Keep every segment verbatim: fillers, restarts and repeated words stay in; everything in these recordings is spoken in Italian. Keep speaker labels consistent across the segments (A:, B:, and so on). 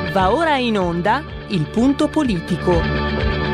A: Va ora in onda Il Punto Politico.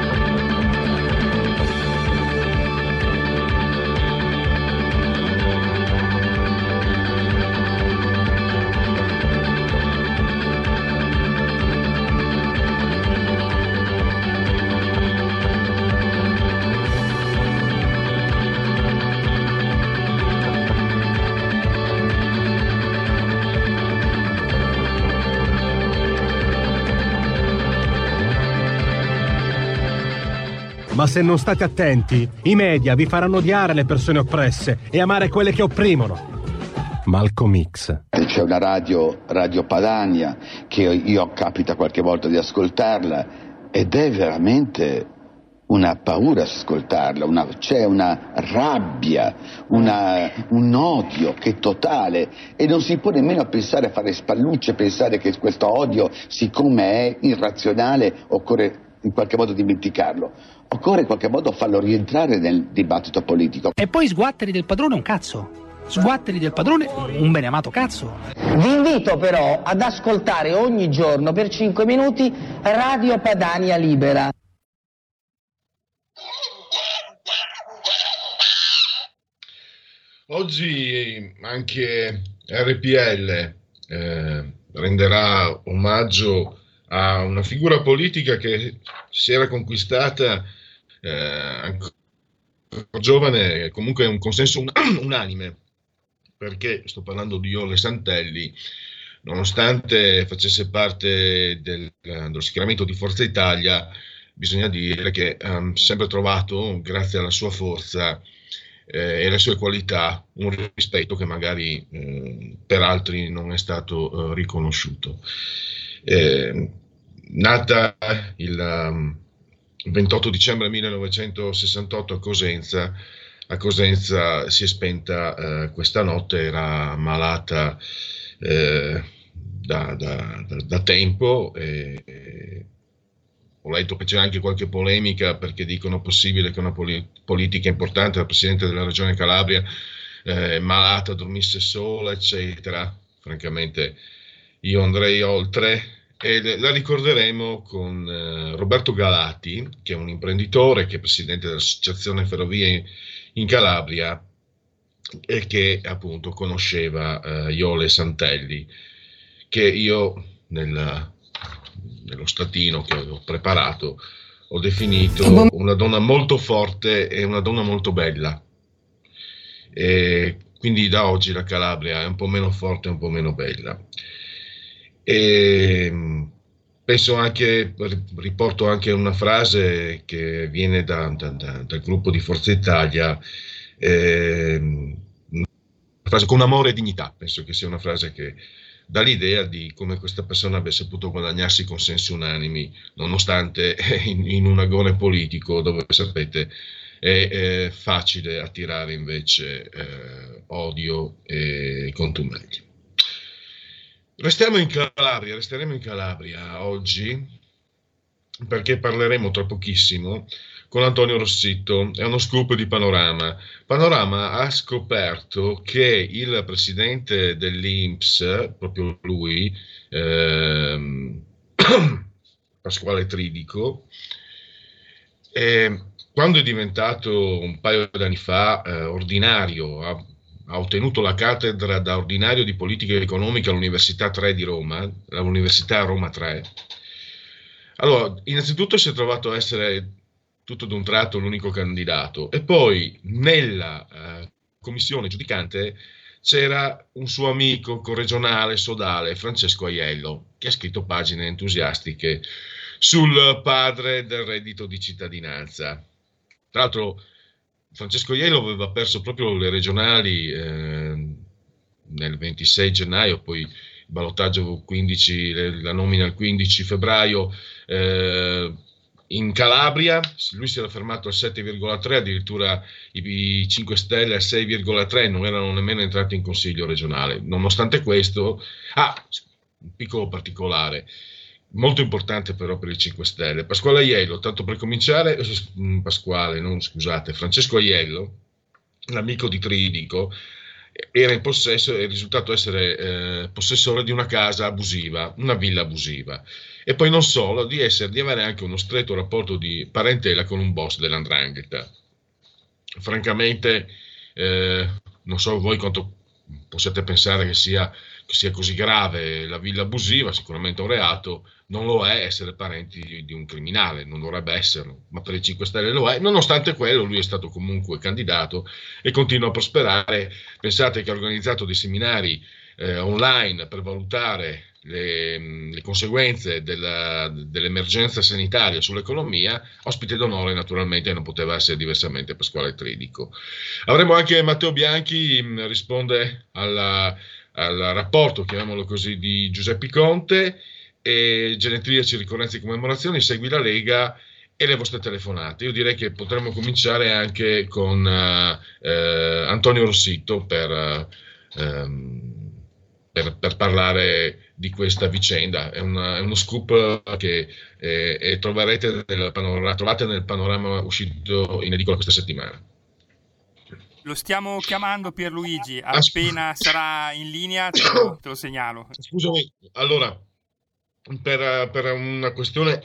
B: Ma se non state attenti, i media vi faranno odiare le persone oppresse e amare quelle che opprimono. Malcolm X.
C: C'è una radio, Radio Padania, che io capita qualche volta di ascoltarla ed è veramente una paura ascoltarla, una, c'è una rabbia, una, un odio che è totale e non si può nemmeno pensare a fare spallucce, pensare che questo odio, siccome è irrazionale, occorre in qualche modo dimenticarlo. Occorre in qualche modo farlo rientrare nel dibattito politico.
D: E poi sguatteri del padrone un cazzo. Sguatteri del padrone un beneamato cazzo.
E: Vi invito però ad ascoltare ogni giorno per cinque minuti Radio Padania Libera.
F: Oggi anche R P L eh, renderà omaggio a una figura politica che si era conquistata eh, ancora giovane, comunque un consenso un, unanime, perché sto parlando di Jole Santelli, nonostante facesse parte del, dello schieramento di Forza Italia, bisogna dire che ha um, sempre trovato, grazie alla sua forza eh, e alle sue qualità, un rispetto che magari eh, per altri non è stato eh, riconosciuto. Eh, nata il um, ventotto dicembre millenovecentosessantotto a Cosenza, a Cosenza si è spenta eh, questa notte, era malata eh, da, da, da, da tempo e, e ho letto che c'è anche qualche polemica perché dicono possibile che una poli- politica importante, la Presidente della Regione Calabria, eh, malata, dormisse sola, eccetera. Francamente io andrei oltre. E la ricorderemo con eh, Roberto Galati, che è un imprenditore, che è presidente dell'Associazione Ferrovie in Calabria e che appunto conosceva eh, Jole Santelli, che io nel, nello statino che ho preparato ho definito una donna molto forte e una donna molto bella. E quindi da oggi la Calabria è un po' meno forte e un po' meno bella. E penso anche, riporto anche una frase che viene da, da, da, dal gruppo di Forza Italia, eh, una frase con amore e dignità, penso che sia una frase che dà l'idea di come questa persona abbia saputo guadagnarsi consensi unanimi, nonostante in, in un agone politico dove, sapete, è, è facile attirare invece eh, odio e contumegli. Restiamo in Calabria, resteremo in Calabria oggi perché parleremo tra pochissimo con Antonio Rossitto, è uno scoop di Panorama. Panorama ha scoperto che il presidente dell'I N P S, proprio lui, ehm, Pasquale Tridico, eh, quando è diventato un paio di anni fa eh, ordinario, ha ha ottenuto la cattedra da ordinario di politica economica all'Università tre di Roma, all'Università Roma tre. Allora, innanzitutto si è trovato a essere tutto d'un tratto l'unico candidato e poi nella eh, commissione giudicante c'era un suo amico corregionale sodale, Francesco Aiello, che ha scritto pagine entusiastiche sul padre del reddito di cittadinanza. Tra l'altro Francesco Aiello aveva perso proprio le regionali eh, nel ventisei gennaio, poi il ballottaggio quindici, la nomina il quindici febbraio eh, in Calabria. Lui si era fermato al sette virgola tre, addirittura i, i cinque Stelle al sei virgola tre, non erano nemmeno entrati in consiglio regionale. Nonostante questo, ah, un piccolo particolare, molto importante però per i cinque Stelle. Pasquale Aiello, tanto per cominciare, Pasquale, non scusate, Francesco Aiello, l'amico di Tridico, era in possesso, è risultato essere eh, possessore di una casa abusiva, una villa abusiva, e poi non solo, di, essere, di avere anche uno stretto rapporto di parentela con un boss dell'Andrangheta. Francamente, eh, non so voi quanto possiate pensare che sia, che sia così grave la villa abusiva, sicuramente un reato, non lo è essere parenti di, di un criminale, non dovrebbe esserlo, ma per i cinque Stelle lo è. Nonostante quello, lui è stato comunque candidato e continua a prosperare. Pensate che ha organizzato dei seminari eh, online per valutare le, le conseguenze della, dell'emergenza sanitaria sull'economia, ospite d'onore naturalmente non poteva essere diversamente Pasquale Tridico. Avremo anche Matteo Bianchi, mh, risponde alla, al rapporto, chiamiamolo così, di Giuseppe Conte, e genetriaci, ricorrenze e commemorazioni, segui la Lega e le vostre telefonate. Io direi che potremmo cominciare anche con uh, eh, Antonio Rossitto per, um, per, per parlare di questa vicenda. È, una, è uno scoop che eh, eh, troverete nel panorama, trovate nel panorama uscito in edicola questa settimana.
G: Lo stiamo chiamando Pierluigi, appena sarà in linea te lo, te lo segnalo.
F: Scusami, allora, per, per una questione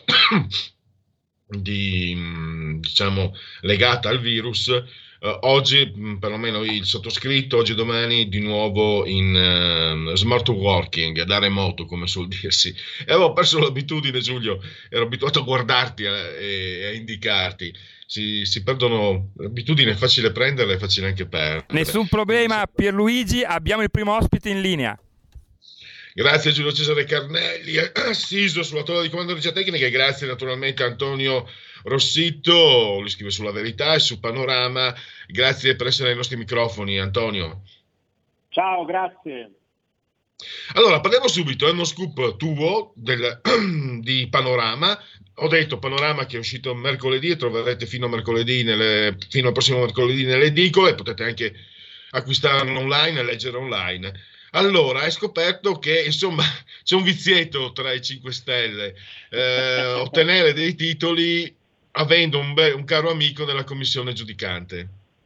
F: di, diciamo, legata al virus, eh, oggi perlomeno il sottoscritto, oggi e domani di nuovo in uh, smart working, da remoto come suol dirsi, e avevo perso l'abitudine, Giulio, ero abituato a guardarti e a indicarti. Si, si perdono l'abitudine, è facile prenderla, è facile anche perdere.
G: Nessun problema Pierluigi, abbiamo il primo ospite in linea.
F: Grazie a Giulio Cesare Carnelli, assiso sulla tolla di comando di regia tecnica, e grazie naturalmente a Antonio Rossitto, lui scrive sulla Verità e su Panorama. Grazie per essere ai nostri microfoni, Antonio.
H: Ciao, grazie.
F: Allora, parliamo subito, è uno scoop tuo del, di Panorama. Ho detto Panorama che è uscito mercoledì e troverete fino a mercoledì nelle, fino al prossimo mercoledì nelle edicole, potete anche acquistarlo online e leggere online. Allora, hai scoperto che insomma c'è un vizietto tra i cinque Stelle, eh, ottenere dei titoli avendo un, be- un caro amico nella commissione giudicante.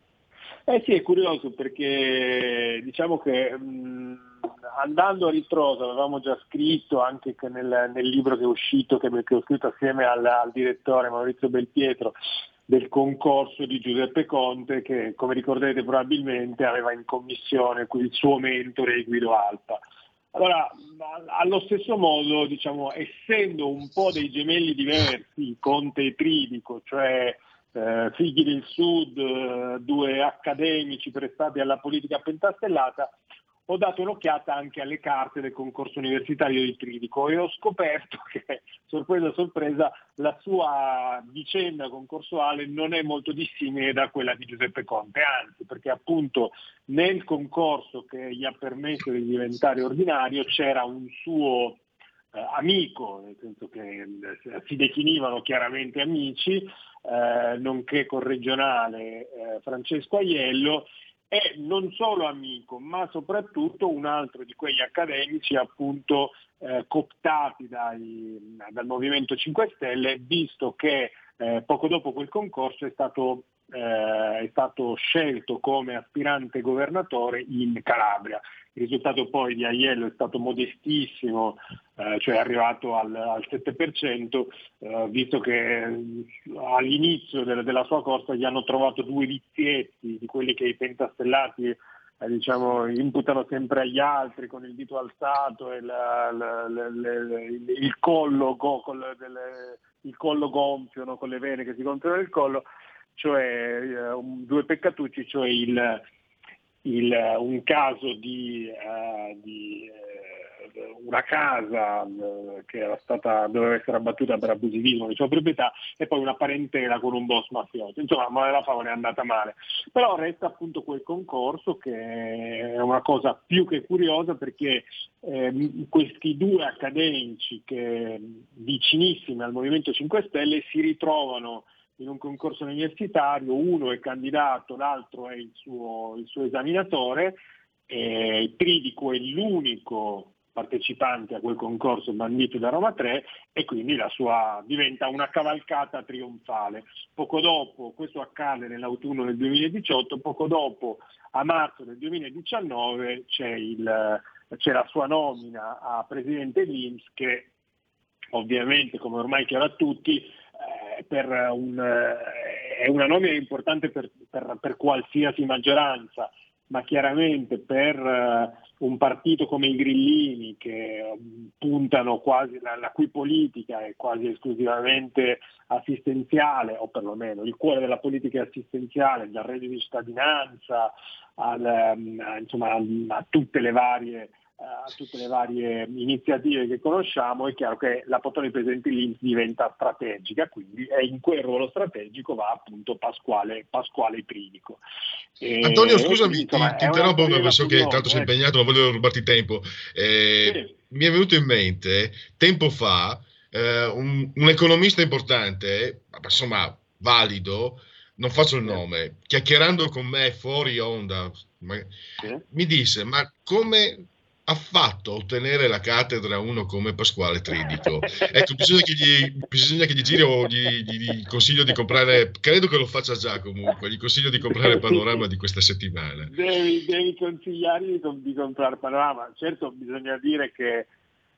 H: Eh sì, è curioso perché diciamo che mh, andando a ritroso, avevamo già scritto anche che nel, nel libro che è uscito, che, che ho scritto assieme al, al direttore Maurizio Belpietro, del concorso di Giuseppe Conte, che come ricorderete probabilmente aveva in commissione il suo mentore Guido Alpa. Allora, allo stesso modo, diciamo, essendo un po' dei gemelli diversi, Conte e Tridico, cioè eh, figli del Sud, eh, due accademici prestati alla politica pentastellata, ho dato un'occhiata anche alle carte del concorso universitario di Tridico e ho scoperto che, sorpresa sorpresa, la sua vicenda concorsuale non è molto dissimile da quella di Giuseppe Conte, anzi, perché appunto nel concorso che gli ha permesso di diventare ordinario c'era un suo eh, amico, nel senso che eh, si definivano chiaramente amici, eh, nonché corregionale eh, Francesco Aiello, e non solo amico, ma soprattutto un altro di quegli accademici appunto eh, cooptati dai, dal Movimento cinque Stelle, visto che eh, poco dopo quel concorso è stato, eh, è stato scelto come aspirante governatore in Calabria. Il risultato poi di Aiello è stato modestissimo, eh, cioè è arrivato al, al sette per cento, eh, visto che all'inizio del, della sua corsa gli hanno trovato due vizietti di quelli che i pentastellati eh, diciamo, imputano sempre agli altri, con il dito alzato e la, la, la, la, il, il, collo, go, con delle, il collo gonfio, no? Con le vene che si gonfiano nel collo, cioè eh, un, due peccatucci, cioè il Il, un caso di, uh, di uh, una casa uh, che era stata, doveva essere abbattuta per abusivismo di sua proprietà, e poi una parentela con un boss mafioso. Insomma, ma la favola è andata male. Però resta appunto quel concorso, che è una cosa più che curiosa, perché eh, questi due accademici che vicinissimi al Movimento cinque Stelle si ritrovano in un concorso universitario, uno è candidato, l'altro è il suo, il suo esaminatore, e Tridico è l'unico partecipanti a quel concorso bandito da Roma tre, e quindi la sua diventa una cavalcata trionfale. Poco dopo, questo accade nell'autunno del duemiladiciotto, poco dopo, a marzo del duemiladiciannove, c'è, il, c'è la sua nomina a presidente dell'I N P S, che ovviamente, come ormai è chiaro a tutti, eh, per un, eh, è una nomina importante per, per, per qualsiasi maggioranza, ma chiaramente per uh, un partito come i Grillini, che um, puntano quasi, la, la cui politica è quasi esclusivamente assistenziale, o perlomeno il cuore della politica è assistenziale, dal reddito di cittadinanza al, um, a, insomma, a, a tutte le varie a tutte le varie iniziative che conosciamo, è chiaro che la posizione di presidente dell'I N P S diventa strategica, quindi e in quel ruolo strategico va appunto Pasquale, Pasquale Tridico. E,
F: Antonio, scusami,
H: quindi, insomma,
F: ti, ti interrompo perché so che
H: curiosa,
F: tanto sei
H: eh.
F: impegnato, non voglio rubarti tempo. Eh,
H: Sì.
F: Mi è venuto in mente, tempo fa, eh, un, un economista importante, insomma valido, non faccio il nome, chiacchierando con me fuori onda, ma,
H: Sì.
F: mi disse, ma come ha fatto a ottenere la cattedra uno come Pasquale Tridico? Ecco, bisogna che gli, bisogna che gli giri o gli, gli, gli consiglio di comprare, credo che lo faccia già comunque, gli consiglio di comprare Panorama di questa settimana.
H: Devi, devi consigliargli di, di comprare Panorama. Certo, bisogna dire che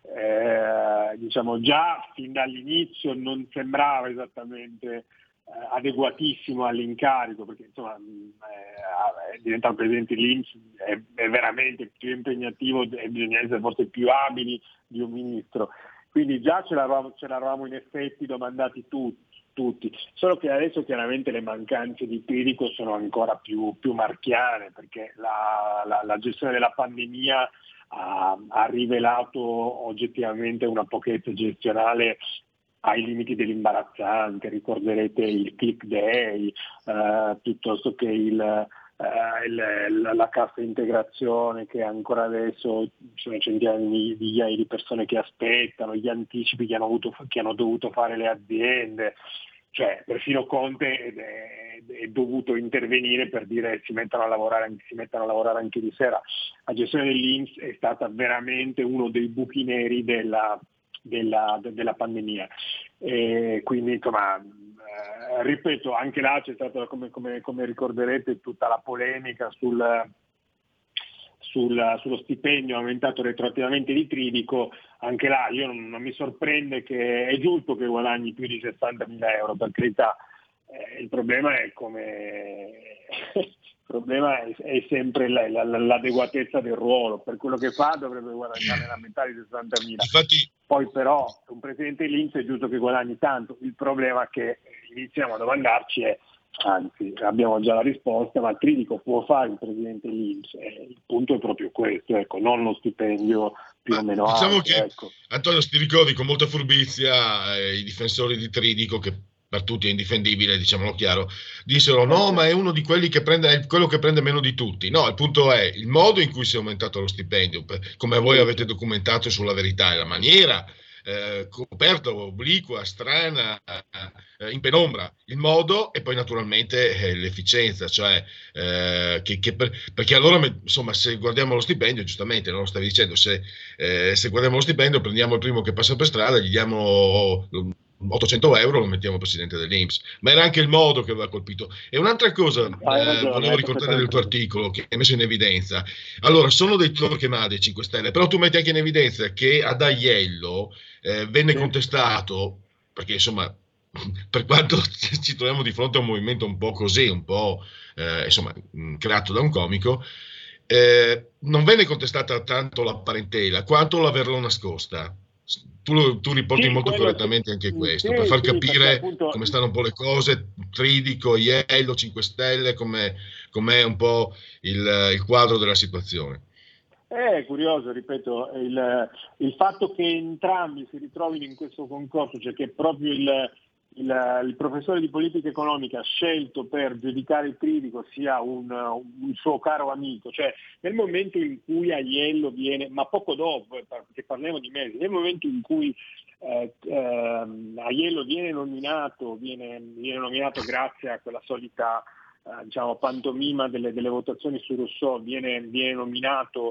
H: eh, diciamo già fin dall'inizio non sembrava esattamente eh, adeguatissimo all'incarico, perché insomma eh, diventare presidente dell'I N P S è, è veramente più impegnativo e bisogna essere forse più abili di un ministro, quindi già ce l'eravamo, ce l'eravamo in effetti domandati tutti, tutti, solo che adesso chiaramente le mancanze di Tridico sono ancora più, più marchiane, perché la, la, la gestione della pandemia ha, ha rivelato oggettivamente una pochezza gestionale ai limiti dell'imbarazzante. Ricorderete il click day, eh, piuttosto che il, eh, il, la, la cassa integrazione, che ancora adesso ci sono centinaia di migliaia di persone che aspettano, gli anticipi che hanno, avuto, che hanno dovuto fare le aziende, cioè perfino Conte è, è, è dovuto intervenire per dire si mettano a lavorare, si mettano a lavorare anche di sera. La gestione dell'I N P S è stata veramente uno dei buchi neri della Della, de, della pandemia, e quindi insomma eh, ripeto, anche là c'è stata, come, come, come ricorderete, tutta la polemica sul, sul, sullo stipendio aumentato retroattivamente di Tridico. Anche là io non, non mi sorprende, che è giusto che guadagni più di sessantamila euro, per carità, eh, il problema è come il problema è, è sempre la, la, l'adeguatezza del ruolo. Per quello che fa dovrebbe guadagnare la metà di sessantamila.
F: Infatti,
H: poi però un presidente dell'I N P S è giusto che guadagni tanto. Il problema che iniziamo a domandarci è, anzi abbiamo già la risposta, ma Tridico può fare il presidente dell'I N P S? Eh, il punto è proprio questo, ecco, non lo stipendio più o meno
F: diciamo
H: alto,
F: che
H: ecco.
F: Antonio, ti ricordi con molta furbizia eh, i difensori di Tridico, che per tutti è indifendibile, diciamolo chiaro, dissero no, ma è uno di quelli che prende, è quello che prende meno di tutti. No, il punto è il modo in cui si è aumentato lo stipendio, come voi avete documentato sulla Verità, è la maniera eh, coperta, obliqua, strana, eh, in penombra, il modo, e poi naturalmente eh, l'efficienza, cioè eh, che, che per, perché allora insomma, se guardiamo lo stipendio, giustamente non lo stavi dicendo, se, eh, se guardiamo lo stipendio, prendiamo il primo che passa per strada, gli diamo ottocento euro, lo mettiamo presidente dell'I N P S, ma era anche il modo che aveva colpito. E un'altra cosa, eh, volevo ricordare del tuo articolo che hai messo in evidenza. Allora, sono dei Torquemada dei cinque Stelle, però tu metti anche in evidenza che ad Aiello eh, venne sì. contestato, perché insomma, per quanto ci troviamo di fronte a un movimento un po' così, un po' eh, insomma, creato da un comico, eh, non venne contestata tanto la parentela quanto l'averlo nascosta. Tu, tu riporti sì, molto correttamente anche questo, sì, per far sì, capire appunto come stanno un po' le cose, Tridico, Aiello, cinque Stelle, come è un po' il, il quadro della situazione.
H: È curioso, ripeto, il, il fatto che entrambi si ritrovino in questo concorso, cioè che proprio il, il, il professore di politica economica scelto per giudicare il Tridico sia un, un suo caro amico, cioè nel momento in cui Aiello viene, ma poco dopo, perché parliamo di mesi, nel momento in cui eh, eh, Aiello viene nominato, viene, viene nominato grazie a quella solita eh, diciamo pantomima delle, delle votazioni su Rousseau, viene, viene nominato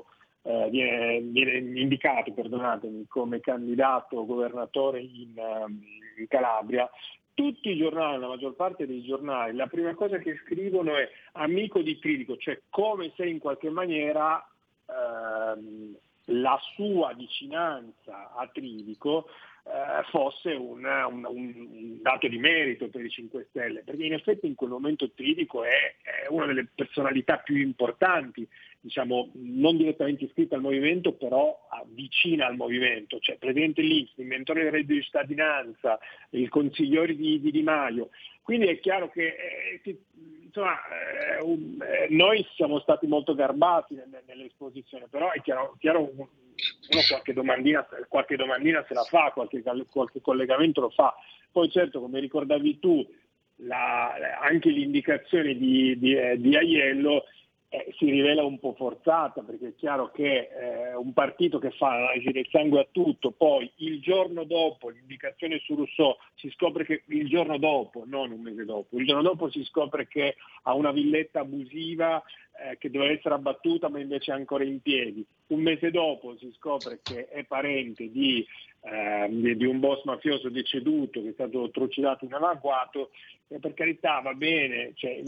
H: eh, viene, viene indicato, perdonatemi, come candidato governatore in, in Calabria, tutti i giornali, la maggior parte dei giornali, la prima cosa che scrivono è amico di Tridico, cioè come se in qualche maniera ehm, la sua vicinanza a Tridico eh, fosse un, un, un dato di merito per i cinque Stelle, perché in effetti in quel momento Tridico è, è una delle personalità più importanti, diciamo non direttamente iscritta al movimento, però vicina al movimento, cioè presidente l'I N P S, inventore del reddito di cittadinanza, il consigliere di, di Di Maio. Quindi è chiaro che eh, insomma, eh, un, eh, noi siamo stati molto garbati nel, nell'esposizione, però è chiaro, chiaro uno qualche domandina, qualche domandina se la fa, qualche, qualche collegamento lo fa. Poi certo, come ricordavi tu, la, anche l'indicazione di, di, eh, di Aiello Eh, si rivela un po' forzata, perché è chiaro che eh, un partito che fa l'analisi del sangue a tutto, poi il giorno dopo l'indicazione su Rousseau, si scopre che il giorno dopo, non un mese dopo, il giorno dopo si scopre che ha una villetta abusiva eh, che doveva essere abbattuta ma invece è ancora in piedi, un mese dopo si scopre che è parente di, eh, di, di un boss mafioso deceduto che è stato trucidato in un agguato, e per carità va bene, cioè,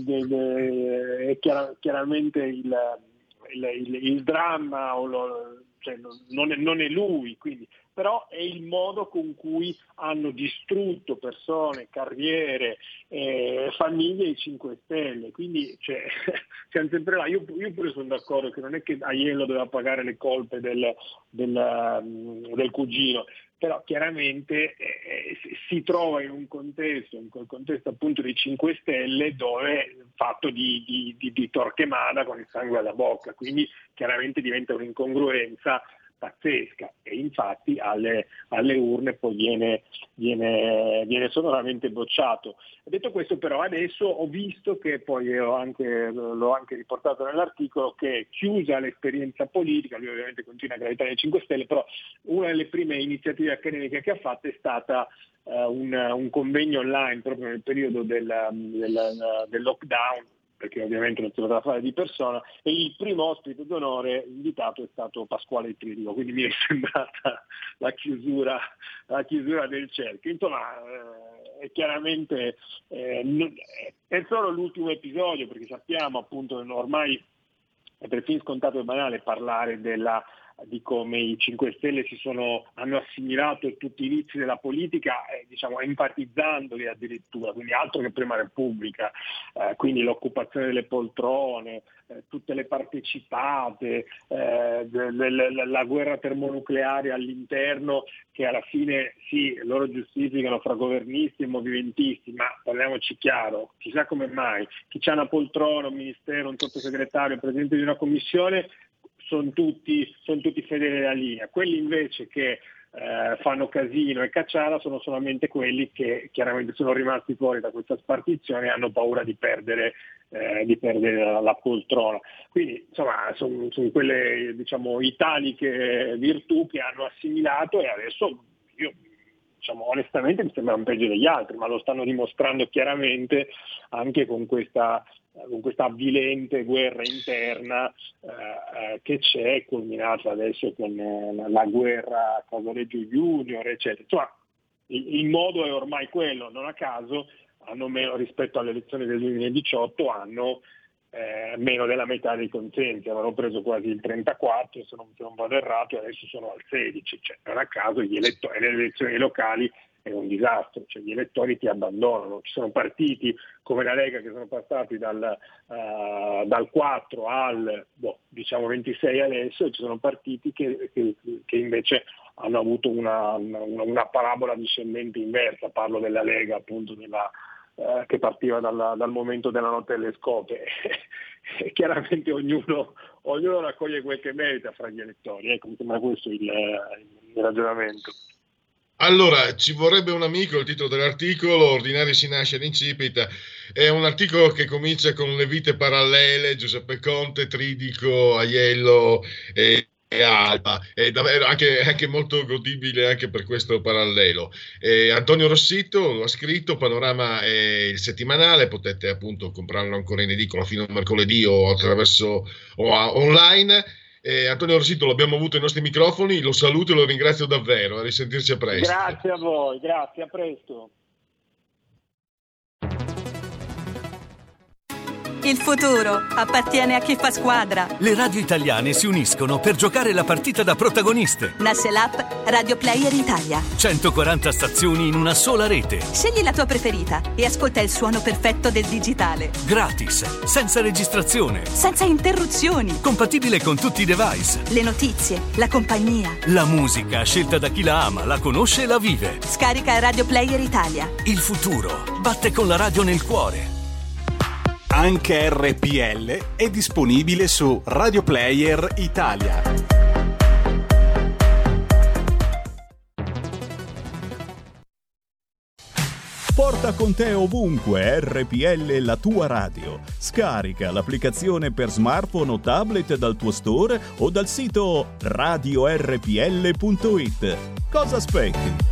H: è chiar, chiaramente il, il, il, il dramma, o lo, cioè, non, è, non è lui, quindi, però è il modo con cui hanno distrutto persone, carriere, eh, famiglie i cinque Stelle, quindi cioè, siamo sempre là. Io, io pure sono d'accordo che non è che Aiello doveva pagare le colpe del, del, del cugino, però chiaramente eh, si trova in un contesto, in quel contesto appunto dei cinque Stelle, dove fatto di, di, di, di Torquemada con il sangue alla bocca, quindi chiaramente diventa un'incongruenza pazzesca, e infatti alle, alle urne poi viene, viene, viene sonoramente bocciato. Detto questo, però, adesso ho visto che poi ho anche, l'ho anche riportato nell'articolo, che chiusa l'esperienza politica, lui ovviamente continua a gravitare nei cinque Stelle, però una delle prime iniziative accademiche che ha fatto è stata uh, un, un convegno online proprio nel periodo del, del, del lockdown, perché ovviamente non si poteva fare di persona, e il primo ospite d'onore invitato è stato Pasquale Tridico, quindi mi è sembrata la chiusura, la chiusura del cerchio. Insomma, eh, chiaramente eh, non, è solo l'ultimo episodio, perché sappiamo appunto ormai è perfino scontato e banale parlare della di come i cinque Stelle si sono, hanno assimilato tutti i vizi della politica, eh, diciamo enfatizzandoli addirittura, quindi altro che Prima Repubblica, eh, quindi l'occupazione delle poltrone, eh, tutte le partecipate, eh, de, de, de, la guerra termonucleare all'interno, che alla fine sì, loro giustificano fra governisti e movimentisti, ma parliamoci chiaro, chissà come mai, chi c'ha una poltrona, un ministero, un sottosegretario, un presidente di una commissione, sono tutti, sono tutti fedeli alla linea. Quelli invece che eh, fanno casino e cacciara sono solamente quelli che chiaramente sono rimasti fuori da questa spartizione e hanno paura di perdere, eh, di perdere la, la poltrona. Quindi insomma sono, sono quelle, diciamo, italiche virtù che hanno assimilato, e adesso io, diciamo, onestamente mi sembrano peggio degli altri, ma lo stanno dimostrando chiaramente anche con questa con questa avvilente guerra interna eh, che c'è, culminata adesso con eh, la guerra a Casaleggio Junior, eccetera. Insomma, il, il modo è ormai quello, non a caso hanno meno, rispetto alle elezioni del duemiladiciotto, hanno eh, meno della metà dei consensi, avevano preso quasi il trentaquattro, se non, se non vado errato, e adesso sono al sedici, cioè non a caso gli elettori nelle elezioni locali è un disastro, cioè gli elettori ti abbandonano. Ci sono partiti come la Lega che sono passati dal, uh, dal quattro al boh, diciamo ventisei adesso, e ci sono partiti che, che, che invece hanno avuto una, una, una parabola discendente inversa. Parlo della Lega, appunto, della, uh, che partiva dal, dal momento della notte delle scope. E chiaramente ognuno, ognuno raccoglie quel che merita fra gli elettori, ecco, mi sembra questo il, il ragionamento.
F: Allora, ci vorrebbe un amico, il titolo dell'articolo, Ordinari si nasce ad incipit, è un articolo che comincia con le vite parallele, Giuseppe Conte, Tridico, Aiello e, e Alba, è davvero anche, anche molto godibile anche per questo parallelo. E Antonio Rossitto lo ha scritto, Panorama è il settimanale, potete appunto comprarlo ancora in edicola fino a mercoledì o attraverso o a, online. Eh, Antonio Rossito l'abbiamo avuto ai nostri microfoni, lo saluto e lo ringrazio davvero, a risentirci a presto.
H: Grazie a voi, grazie, a presto.
A: Il futuro appartiene a chi fa squadra.
I: Le radio italiane si uniscono per giocare la partita da protagoniste.
A: Nasce l'app Radio Player Italia.
I: centoquaranta stazioni in una sola rete.
A: Scegli la tua preferita e ascolta il suono perfetto del digitale.
I: Gratis, senza registrazione.
A: Senza interruzioni.
I: Compatibile con tutti i device.
A: Le notizie, la compagnia.
I: La musica scelta da chi la ama, la conosce e la vive.
A: Scarica Radio Player Italia.
I: Il futuro batte con la radio nel cuore.
J: Anche R P L è disponibile su Radio Player Italia.
K: Porta con te ovunque R P L, la tua radio. Scarica l'applicazione per smartphone o tablet dal tuo store o dal sito radio r p l punto i t. Cosa aspetti?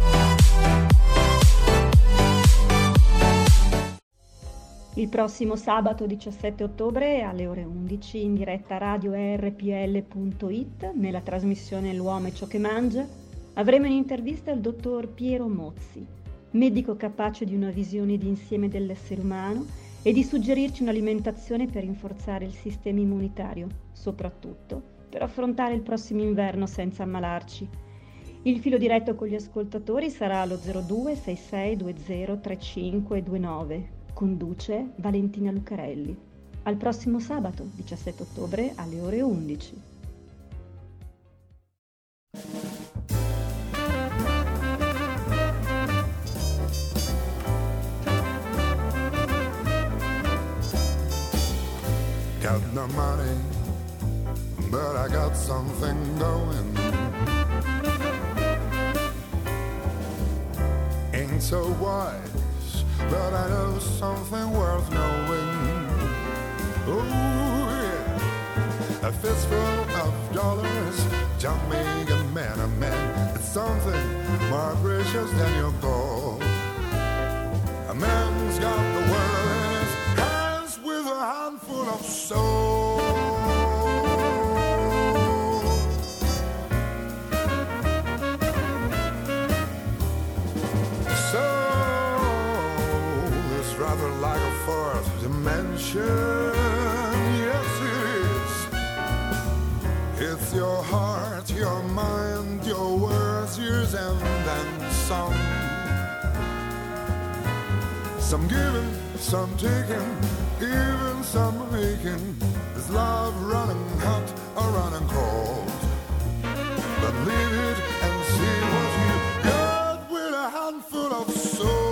L: Il prossimo sabato diciassette ottobre alle ore undici in diretta radio r p l punto i t nella trasmissione L'uomo e ciò che mangia avremo in intervista il dottor Piero Mozzi, medico capace di una visione d'insieme dell'essere umano e di suggerirci un'alimentazione per rinforzare il sistema immunitario, soprattutto per affrontare il prossimo inverno senza ammalarci. Il filo diretto con gli ascoltatori sarà allo zero due sei sei due zero tre cinque due nove. Conduce Valentina Lucarelli. Al prossimo sabato, diciassette ottobre, alle ore undici.
M: Got no money, but I got something going. Ain't so wise, but I know something worth knowing. Oh yeah, a fistful of dollars don't make a man a man. It's something more precious than your gold. A man's got the world in his hands with a handful of soul. Rather like a fourth dimension, yes it is. It's your heart, your mind, your words, yours and then some. Some giving, some taking, even some making. Is love running hot or running cold? But leave it and see what you got with a handful of soul.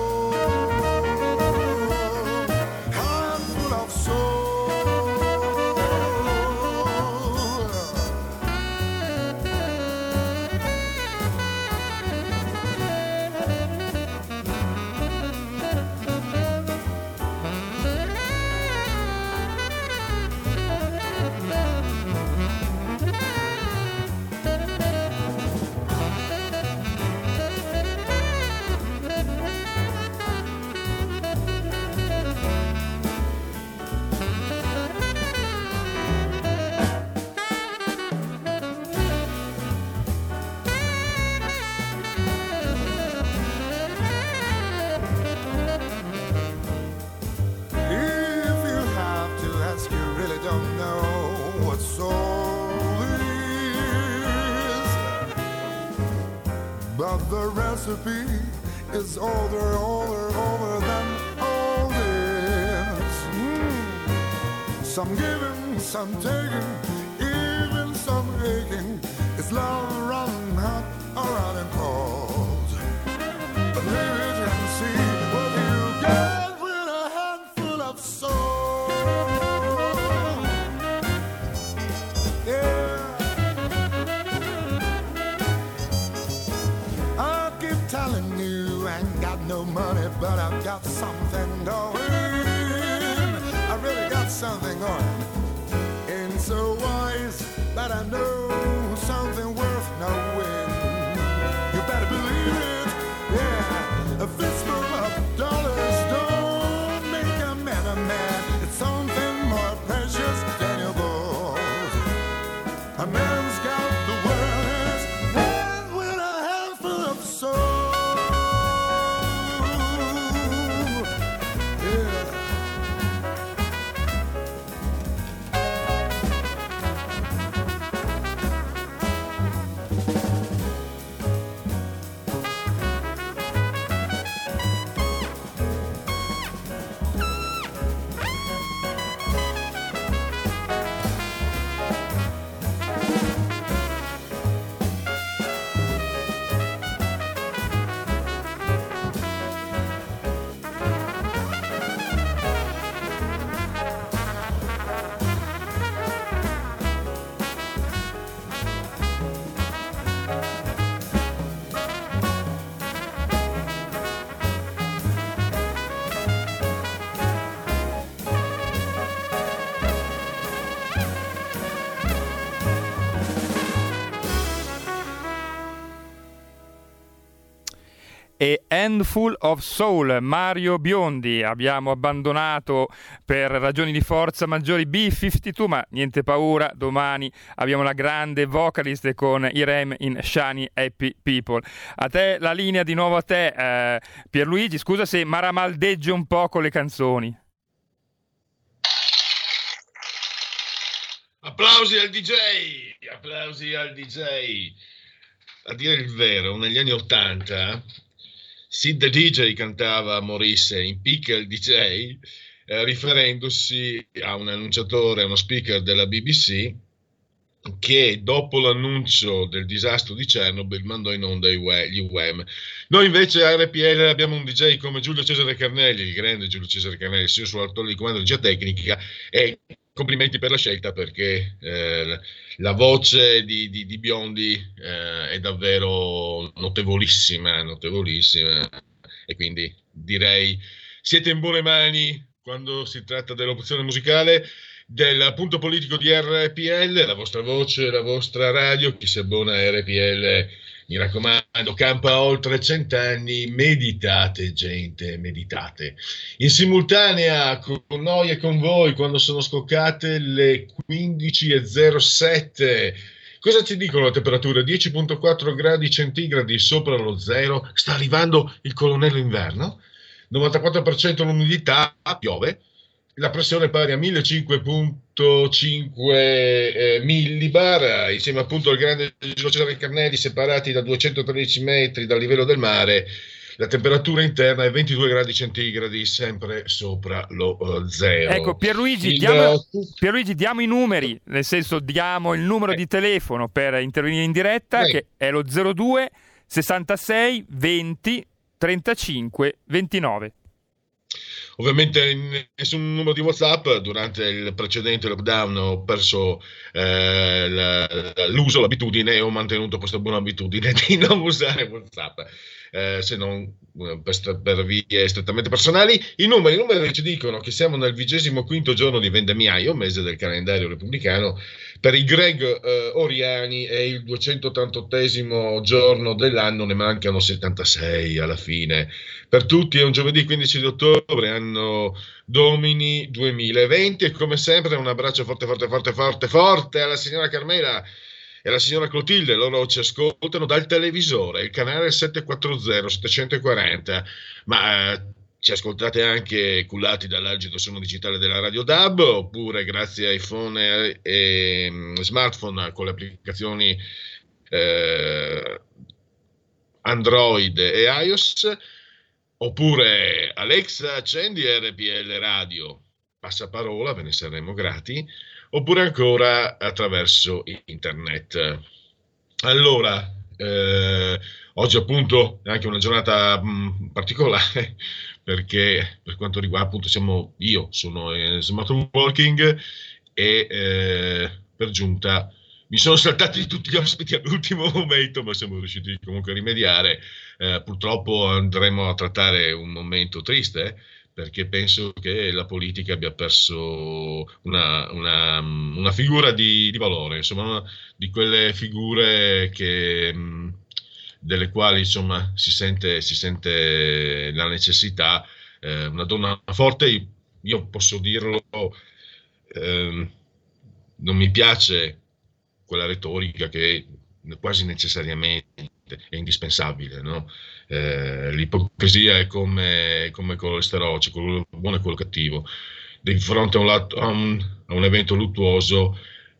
M: The recipe is older, older, older than all this. Mm. Some giving, some taking, even some aching. Is love running hot or running cold? But live it and see what you get with a handful of soul. Yeah. Telling you I ain't got no money, but I've got something going. I really got something going. Ain't so wise, but I know something worth knowing. You better believe it, yeah. A fistful of dollars don't make a man a man. It's something more precious than your gold. A man
G: e Handful of Soul, Mario Biondi. Abbiamo abbandonato per ragioni di forza maggiori B cinquantadue, ma niente paura, domani abbiamo la grande vocalist con Irem in Shani Happy People. A te la linea, di nuovo a te, eh, Pierluigi, scusa se maramaldeggio un po' con le canzoni.
F: Applausi al D J, applausi al D J. A dire il vero, negli anni Ottanta Sid the D J cantava Morisse in Picca il D J, eh, riferendosi a un annunciatore, a uno speaker della B B C, che dopo l'annuncio del disastro di Chernobyl mandò in onda gli U E M. Noi invece a R P L abbiamo un D J come Giulio Cesare Carnelli, il grande Giulio Cesare Carnelli, sia sull'altore di comando di regia tecnica, e complimenti per la scelta, perché eh, la voce di, di, di Biondi eh, è davvero notevolissima, notevolissima, e quindi direi siete in buone mani quando si tratta dell'opzione musicale del punto politico di R P L, la vostra voce, la vostra radio. Chi si abbona a R P L, mi raccomando, campa oltre cent'anni, meditate gente, meditate. In simultanea con noi e con voi, quando sono scoccate le quindici e zero sette, cosa ci dicono le temperature? dieci virgola quattro gradi centigradi sopra lo zero, sta arrivando il colonnello inverno, novantaquattro per cento l'umidità, piove. La pressione pari a millecinquecento virgola cinque eh, millibar, insieme appunto al grande Giulio Cesare Carnelli, separati da duecentotredici metri dal livello del mare. La temperatura interna è ventidue gradi centigradi, sempre sopra lo uh, zero.
G: Ecco, Pierluigi,
F: il,
G: diamo, Pierluigi, diamo i numeri, nel senso diamo il numero eh. di telefono per intervenire in diretta, eh. che è lo zero due sessantasei venti trentacinque ventinove.
F: Ovviamente nessun numero di WhatsApp. Durante il precedente lockdown ho perso eh, la, l'uso, l'abitudine, e ho mantenuto questa buona abitudine di non usare WhatsApp, eh, se non per, per vie strettamente personali. I numeri, i numeri ci dicono che siamo nel vigesimo quinto giorno di vendemmiaio, mese del calendario repubblicano. Per i Greg eh, Oriani è il duecentottantottesimo giorno dell'anno, ne mancano settantasei alla fine. Per tutti è un giovedì quindici di ottobre, anno Domini duemilaventi, e come sempre un abbraccio forte forte forte forte forte alla signora Carmela e alla signora Clotilde. Loro ci ascoltano dal televisore, il canale settecentoquaranta settecentoquaranta, ma eh, ci ascoltate anche cullati dall'algido suono digitale della Radio D A B, oppure grazie a iPhone e, e smartphone con le applicazioni eh, Android e iOS, oppure Alexa, accendi R P L Radio, passaparola, ve ne saremo grati, oppure ancora attraverso internet. Allora, eh, oggi appunto è anche una giornata mh, particolare, perché per quanto riguarda appunto siamo, io sono in smart working e eh, per giunta mi sono saltati tutti gli ospiti all'ultimo momento, ma siamo riusciti comunque a rimediare. Eh, purtroppo andremo a trattare un momento triste, perché penso che la politica abbia perso una, una, una figura di, di valore, insomma, una di quelle figure che, delle quali insomma si sente, si sente la necessità. Eh, una donna forte, io posso dirlo, eh, non mi piace quella retorica che quasi necessariamente è indispensabile, no? Eh, l'ipocrisia è come, come colesterolo, c'è quello buono e quello cattivo. Di fronte a un, lato, a un, a un evento luttuoso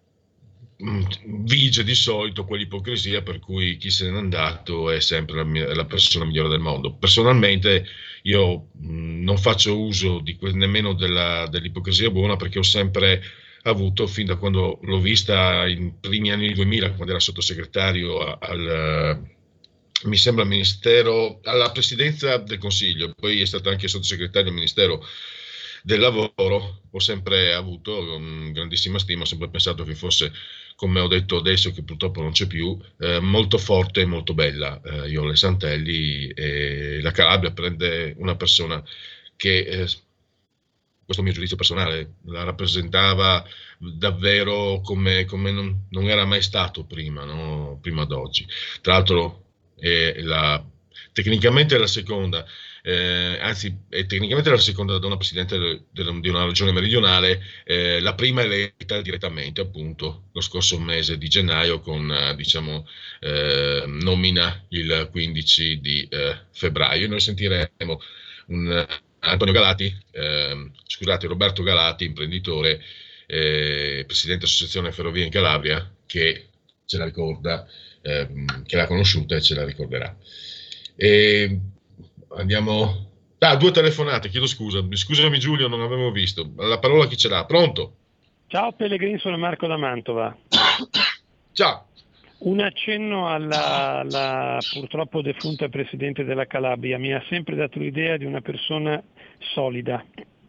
F: mh, vige di solito quell'ipocrisia per cui chi se n'è andato è sempre la, la persona migliore del mondo. Personalmente io mh, non faccio uso di que- nemmeno della, dell'ipocrisia buona, perché ho sempre avuto, fin da quando l'ho vista in primi anni duemila, quando era sottosegretario al, mi sembra, al Ministero, alla Presidenza del Consiglio, poi è stato anche sottosegretario al Ministero del Lavoro, ho sempre avuto um, grandissima stima, ho sempre pensato che fosse, come ho detto adesso, che purtroppo non c'è più, eh, molto forte e molto bella. Eh, io le Santelli e la Calabria prende una persona che... Eh, questo mio giudizio personale, la rappresentava davvero come, come non, non era mai stato prima, no? Prima d'oggi. Tra l'altro è la, tecnicamente è la seconda, eh, anzi è tecnicamente la seconda donna presidente de, de, di una regione meridionale, eh, la prima eletta direttamente appunto lo scorso mese di gennaio con eh, diciamo eh, nomina il quindici di eh, febbraio. Noi sentiremo un Antonio Galati, eh, scusate Roberto Galati, imprenditore, eh, presidente dell'Associazione Ferrovie in Calabria, che ce la ricorda, eh, che l'ha conosciuta e ce la ricorderà. E andiamo. Ah, due telefonate, chiedo scusa. Scusami Giulio, non avevo visto. La parola chi ce l'ha? Pronto?
N: Ciao Pellegrini, sono Marco da Mantova.
F: Ciao.
N: Un accenno alla, alla purtroppo defunta presidente della Calabria mi ha sempre dato l'idea di una persona solida,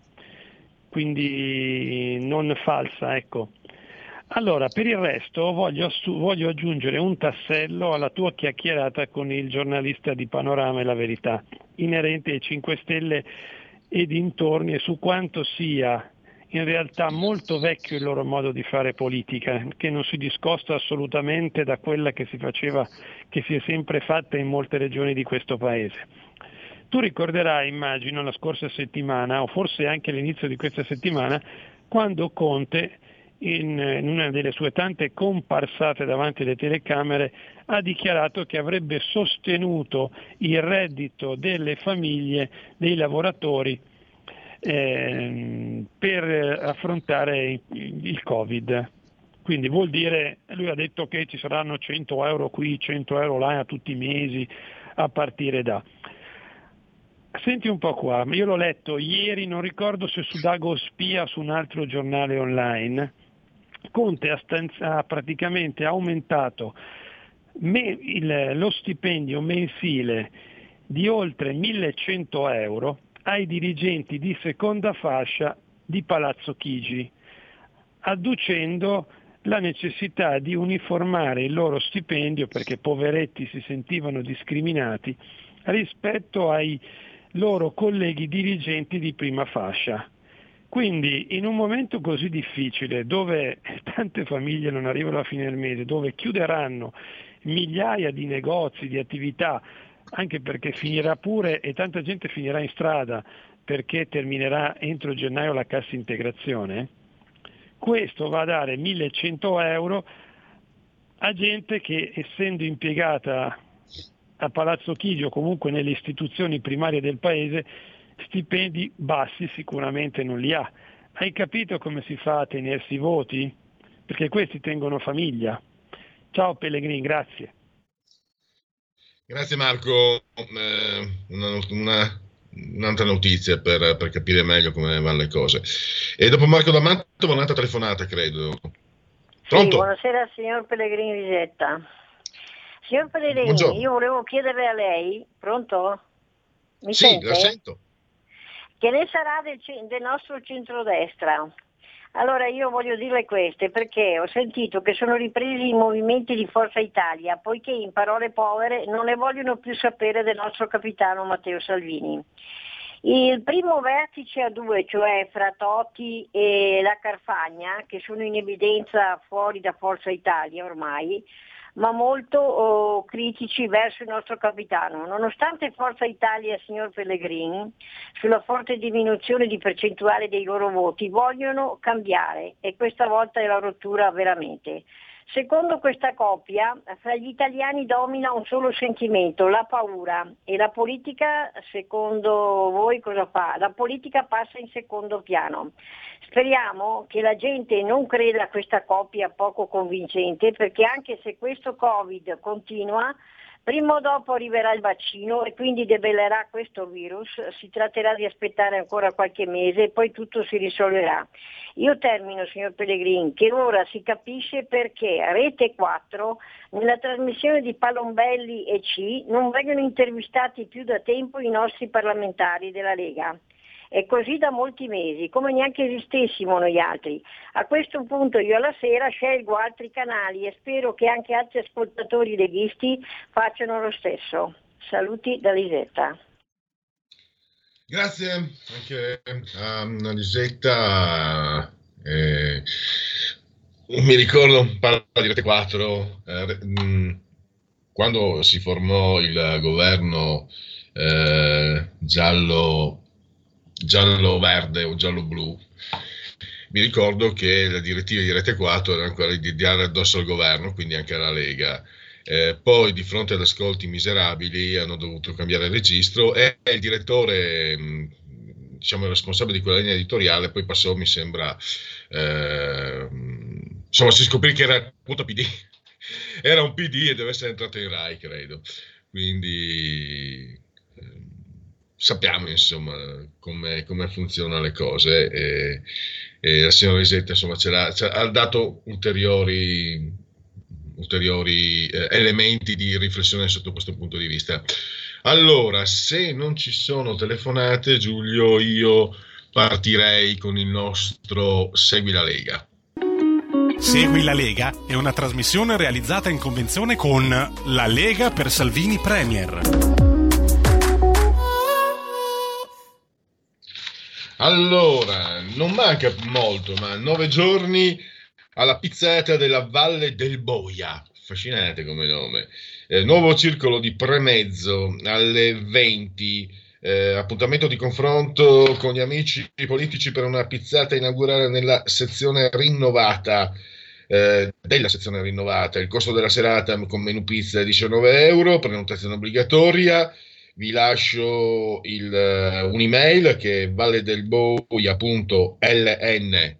N: quindi non falsa, ecco. Allora, per il resto voglio, voglio aggiungere un tassello alla tua chiacchierata con il giornalista di Panorama e La Verità, inerente ai cinque Stelle e dintorni, e su quanto sia in realtà molto vecchio il loro modo di fare politica, che non si discosta assolutamente da quella che si faceva, che si è sempre fatta in molte regioni di questo paese. Tu ricorderai, immagino, la scorsa settimana, o forse anche all'inizio di questa settimana, quando Conte, in, in una delle sue tante comparsate davanti alle telecamere, ha dichiarato che avrebbe sostenuto il reddito delle famiglie, dei lavoratori, eh, per affrontare il Covid. Quindi vuol dire, lui ha detto che ci saranno cento euro qui, cento euro là tutti i mesi a partire da... Senti un po' qua, io l'ho letto ieri, non ricordo se su Dago Spia o su un altro giornale online. Conte ha, stanz- ha praticamente aumentato me- il, lo stipendio mensile di oltre millecento euro ai dirigenti di seconda fascia di Palazzo Chigi, adducendo la necessità di uniformare il loro stipendio, perché poveretti si sentivano discriminati rispetto ai loro colleghi dirigenti di prima fascia. Quindi in un momento così difficile, dove tante famiglie non arrivano alla fine del mese, dove chiuderanno migliaia di negozi, di attività, anche perché finirà pure, e tanta gente finirà in strada perché terminerà entro gennaio la cassa integrazione, questo va a dare millecento euro a gente che, essendo impiegata a Palazzo Chigi o comunque nelle istituzioni primarie del paese, stipendi bassi sicuramente non li ha. Hai capito come si fa a tenersi i voti? Perché questi tengono famiglia. Ciao Pellegrini, grazie.
F: Grazie Marco. Eh, una, una, un'altra notizia per, per capire meglio come vanno le cose. E dopo Marco da Mantova un'altra telefonata, credo. Pronto?
O: Sì, buonasera signor Pellegrini Risetta. Signor Pellegrini,
F: Buongiorno.
O: Io volevo chiedere a lei, pronto? Mi
F: sì,
O: sente?
F: la sento.
O: Che ne sarà del, del nostro centrodestra? Allora io voglio dirle queste, perché ho sentito che sono ripresi i movimenti di Forza Italia, poiché in parole povere non ne vogliono più sapere del nostro capitano Matteo Salvini. Il primo vertice a due, cioè fra Totti e la Carfagna, che sono in evidenza fuori da Forza Italia ormai, ma molto oh, critici verso il nostro capitano. Nonostante Forza Italia, signor Pellegrini, sulla forte diminuzione di percentuale dei loro voti, vogliono cambiare, e questa volta è la rottura veramente. Secondo questa coppia, fra gli italiani domina un solo sentimento, la paura, e la politica, secondo voi cosa fa? La politica passa in secondo piano. Speriamo che la gente non creda a questa coppia poco convincente, perché anche se questo Covid continua, prima o dopo arriverà il vaccino e quindi debellerà questo virus. Si tratterà di aspettare ancora qualche mese e poi tutto si risolverà. Io termino, signor Pellegrini, che ora si capisce perché Rete quattro, nella trasmissione di Palombelli e C, non vengono intervistati più da tempo i nostri parlamentari della Lega. È così da molti mesi, come neanche esistessimo noi altri. A questo punto io alla sera scelgo altri canali e spero che anche altri ascoltatori leghisti facciano lo stesso. Saluti da Lisetta.
F: Grazie anche a Lisetta. Eh, mi ricordo, parlo di Rete quattro, eh, mh, quando si formò il governo eh, giallo, giallo-verde o giallo-blu, mi ricordo che le direttive di Rete quattro erano quelle di dare addosso al governo, quindi anche alla Lega. Eh, poi di fronte ad ascolti miserabili hanno dovuto cambiare registro e il direttore, mh, diciamo il responsabile di quella linea editoriale, poi passò, mi sembra, eh, insomma si scoprì che era appunto P D, era un P D e deve essere entrato in Rai, credo. Quindi eh, sappiamo insomma come, come funzionano le cose e, e la signora Isetta insomma ce l'ha, ce ha dato ulteriori ulteriori eh, elementi di riflessione sotto questo punto di vista. Allora, se non ci sono telefonate, Giulio, io partirei con il nostro Segui la Lega.
P: Segui la Lega è una trasmissione realizzata in convenzione con La Lega per Salvini Premier.
F: Allora, non manca molto, ma nove giorni alla pizzata della Valle del Boia, affascinante come nome, eh, nuovo circolo di Premezzo alle venti, eh, appuntamento di confronto con gli amici politici per una pizzata inaugurale nella sezione rinnovata, eh, della sezione rinnovata, il costo della serata con menù pizza è diciannove euro, prenotazione obbligatoria. Vi lascio il, uh, un'email che è valledelboia punto l n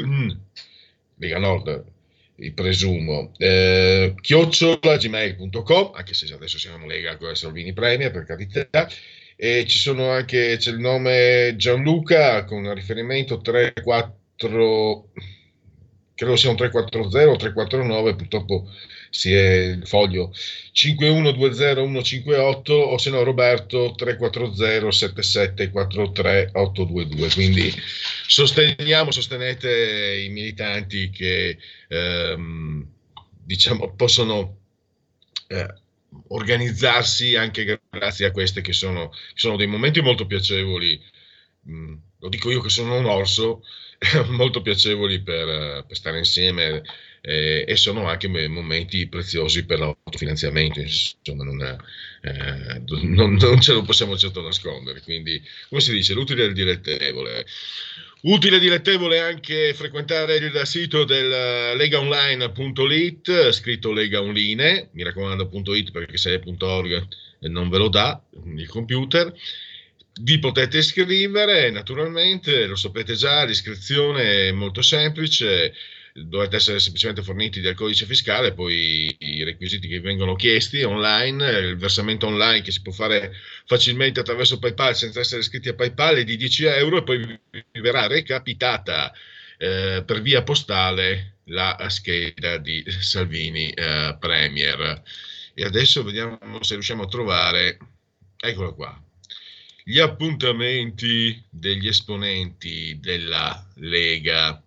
F: Lega Nord, presumo, eh, chiocciola gmail punto com, anche se adesso siamo Lega con Salvini Premier, per carità, e ci sono anche, c'è il nome Gianluca con riferimento tre quattro, credo sia un tre quattro zero o tre quattro nove, purtroppo si è il foglio cinque uno due zero uno cinque otto, o se no Roberto tre quattro zero sette sette quattro tre otto due due. Quindi sosteniamo, sostenete i militanti che ehm, diciamo possono eh, organizzarsi anche grazie a queste che sono, sono dei momenti molto piacevoli. Mm, lo dico io che sono un orso, molto piacevoli per, per stare insieme. Eh, e sono anche momenti preziosi per l'autofinanziamento, insomma non, eh, non, non ce lo possiamo certo nascondere. Quindi, come si dice, l'utile e il dilettevole. Utile e dilettevole anche frequentare il sito del legaonline punto it, scritto Legaonline, mi raccomando .it, perché se è .org non ve lo dà il computer. Vi potete iscrivere, naturalmente, lo sapete già, l'iscrizione è molto semplice. Dovete essere semplicemente forniti del codice fiscale, poi i requisiti che vengono chiesti online, il versamento online che si può fare facilmente attraverso PayPal senza essere iscritti a PayPal è di dieci euro, e poi vi verrà recapitata eh, per via postale la scheda di Salvini eh, Premier. E adesso vediamo se riusciamo a trovare, eccolo qua, gli appuntamenti degli esponenti della Lega,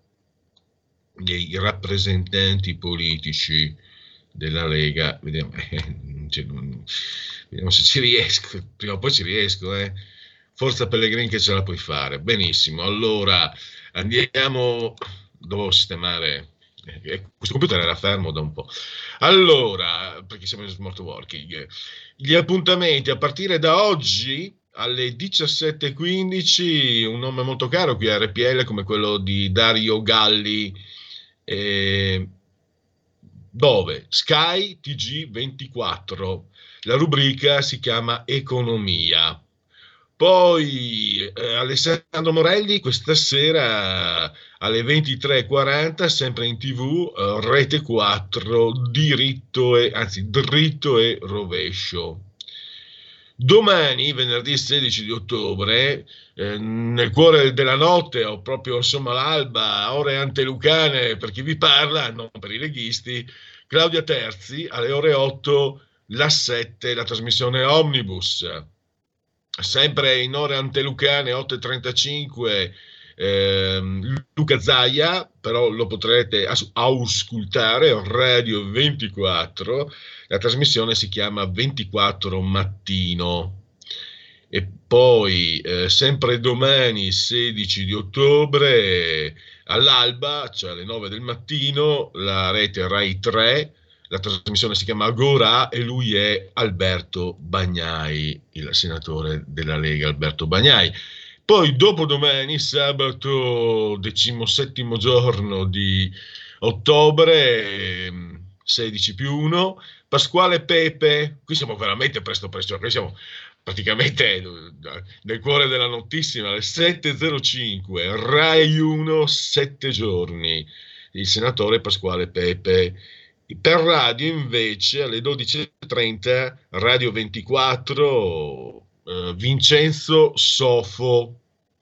F: dei rappresentanti politici della Lega. Vediamo, eh, vediamo se ci riesco, prima o poi ci riesco, eh. Forza Pellegrini che ce la puoi fare. Benissimo, allora andiamo, devo sistemare, eh, questo computer era fermo da un po', allora, perché siamo in smart working. Gli appuntamenti a partire da oggi alle diciassette e quindici, un nome molto caro qui a R P L come quello di Dario Galli, Eh, dove? Sky T G ventiquattro, la rubrica si chiama Economia. Poi eh, Alessandro Morelli questa sera alle ventitré e quaranta, sempre in tv, eh, Rete quattro, diritto e, anzi dritto e rovescio. Domani, venerdì sedici di ottobre, eh, nel cuore della notte, o proprio insomma l'alba, ore antelucane per chi vi parla, non per i leghisti, Claudia Terzi alle ore otto, la sette, la trasmissione Omnibus. Sempre in ore antelucane, otto e trentacinque, eh, Luca Zaia, però lo potrete as- auscultare, Radio ventiquattro. La trasmissione si chiama ventiquattro Mattino. E poi eh, sempre domani sedici di ottobre all'alba, cioè alle nove del mattino, la rete Rai tre, la trasmissione si chiama Agora e lui è Alberto Bagnai, il senatore della Lega Alberto Bagnai. Poi dopodomani, sabato decimosettimo giorno di ottobre, sedici più uno, Pasquale Pepe, qui siamo veramente presto presto, qui siamo praticamente nel cuore della nottissima, alle sette e zero cinque, Rai uno, sette giorni, il senatore Pasquale Pepe. Per radio invece alle dodici e trenta, Radio ventiquattro, Uh, Vincenzo Sofo.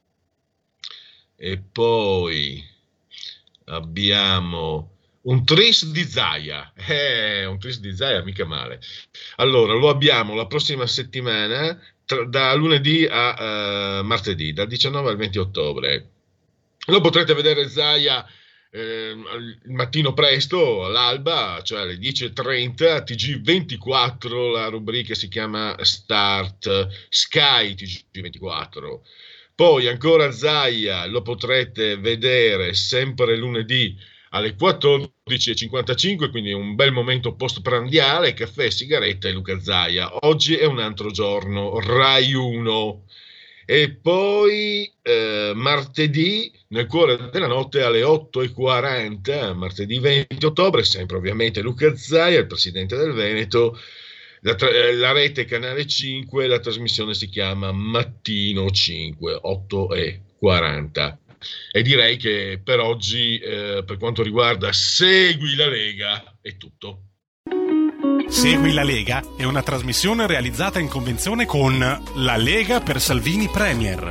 F: E poi abbiamo un tris di Zaia, eh, un tris di Zaia mica male. Allora lo abbiamo la prossima settimana tra, da lunedì a uh, martedì, dal diciannove al venti ottobre. Lo potrete vedere Zaia Eh, il mattino presto all'alba, cioè alle dieci e trenta, T G ventiquattro, la rubrica si chiama Start Sky T G ventiquattro. Poi ancora Zaia lo potrete vedere sempre lunedì alle quattordici e cinquantacinque, quindi un bel momento postprandiale, caffè, sigaretta e Luca Zaia. Oggi è un altro giorno, Rai uno. E poi eh, martedì, nel cuore della notte, alle otto e quaranta, martedì venti ottobre, sempre ovviamente Luca Zaia, il presidente del Veneto, la, tra- la rete Canale cinque, la trasmissione si chiama Mattino cinque, otto e quaranta. E direi che per oggi, eh, per quanto riguarda Segui la Lega, è tutto.
P: Segui la Lega è una trasmissione realizzata in convenzione con La Lega per Salvini Premier.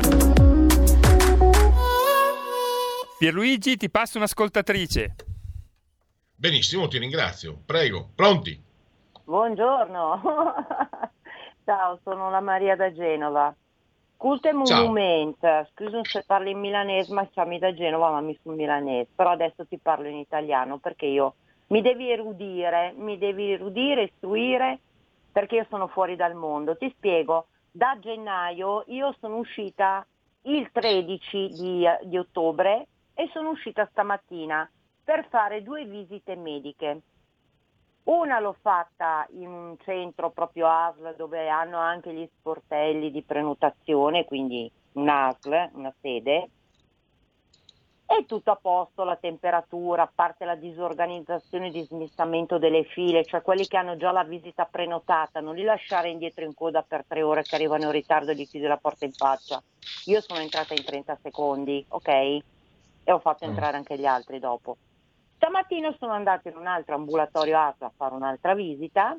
G: Pierluigi, ti passo un'ascoltatrice.
F: Benissimo, ti ringrazio. Prego, pronti?
Q: Buongiorno. Ciao, sono la Maria da Genova. Culte monument, scusa se parli in milanese, ma siamo da Genova, ma mi sono milanese. Però adesso ti parlo in italiano perché io... Mi devi erudire, mi devi erudire, istruire, perché io sono fuori dal mondo. Ti spiego, da gennaio io sono uscita il tredici di, di ottobre e sono uscita stamattina per fare due visite mediche. Una l'ho fatta in un centro proprio A S L dove hanno anche gli sportelli di prenotazione, quindi un A S L, una sede. È tutto a posto, la temperatura, a parte la disorganizzazione e dismistamento delle file, cioè quelli che hanno già la visita prenotata, non li lasciare indietro in coda per tre ore che arrivano in ritardo e gli chiudi la porta in faccia. Io sono entrata in trenta secondi, ok? E ho fatto entrare anche gli altri dopo. Stamattina sono andata in un altro ambulatorio A S L a fare un'altra visita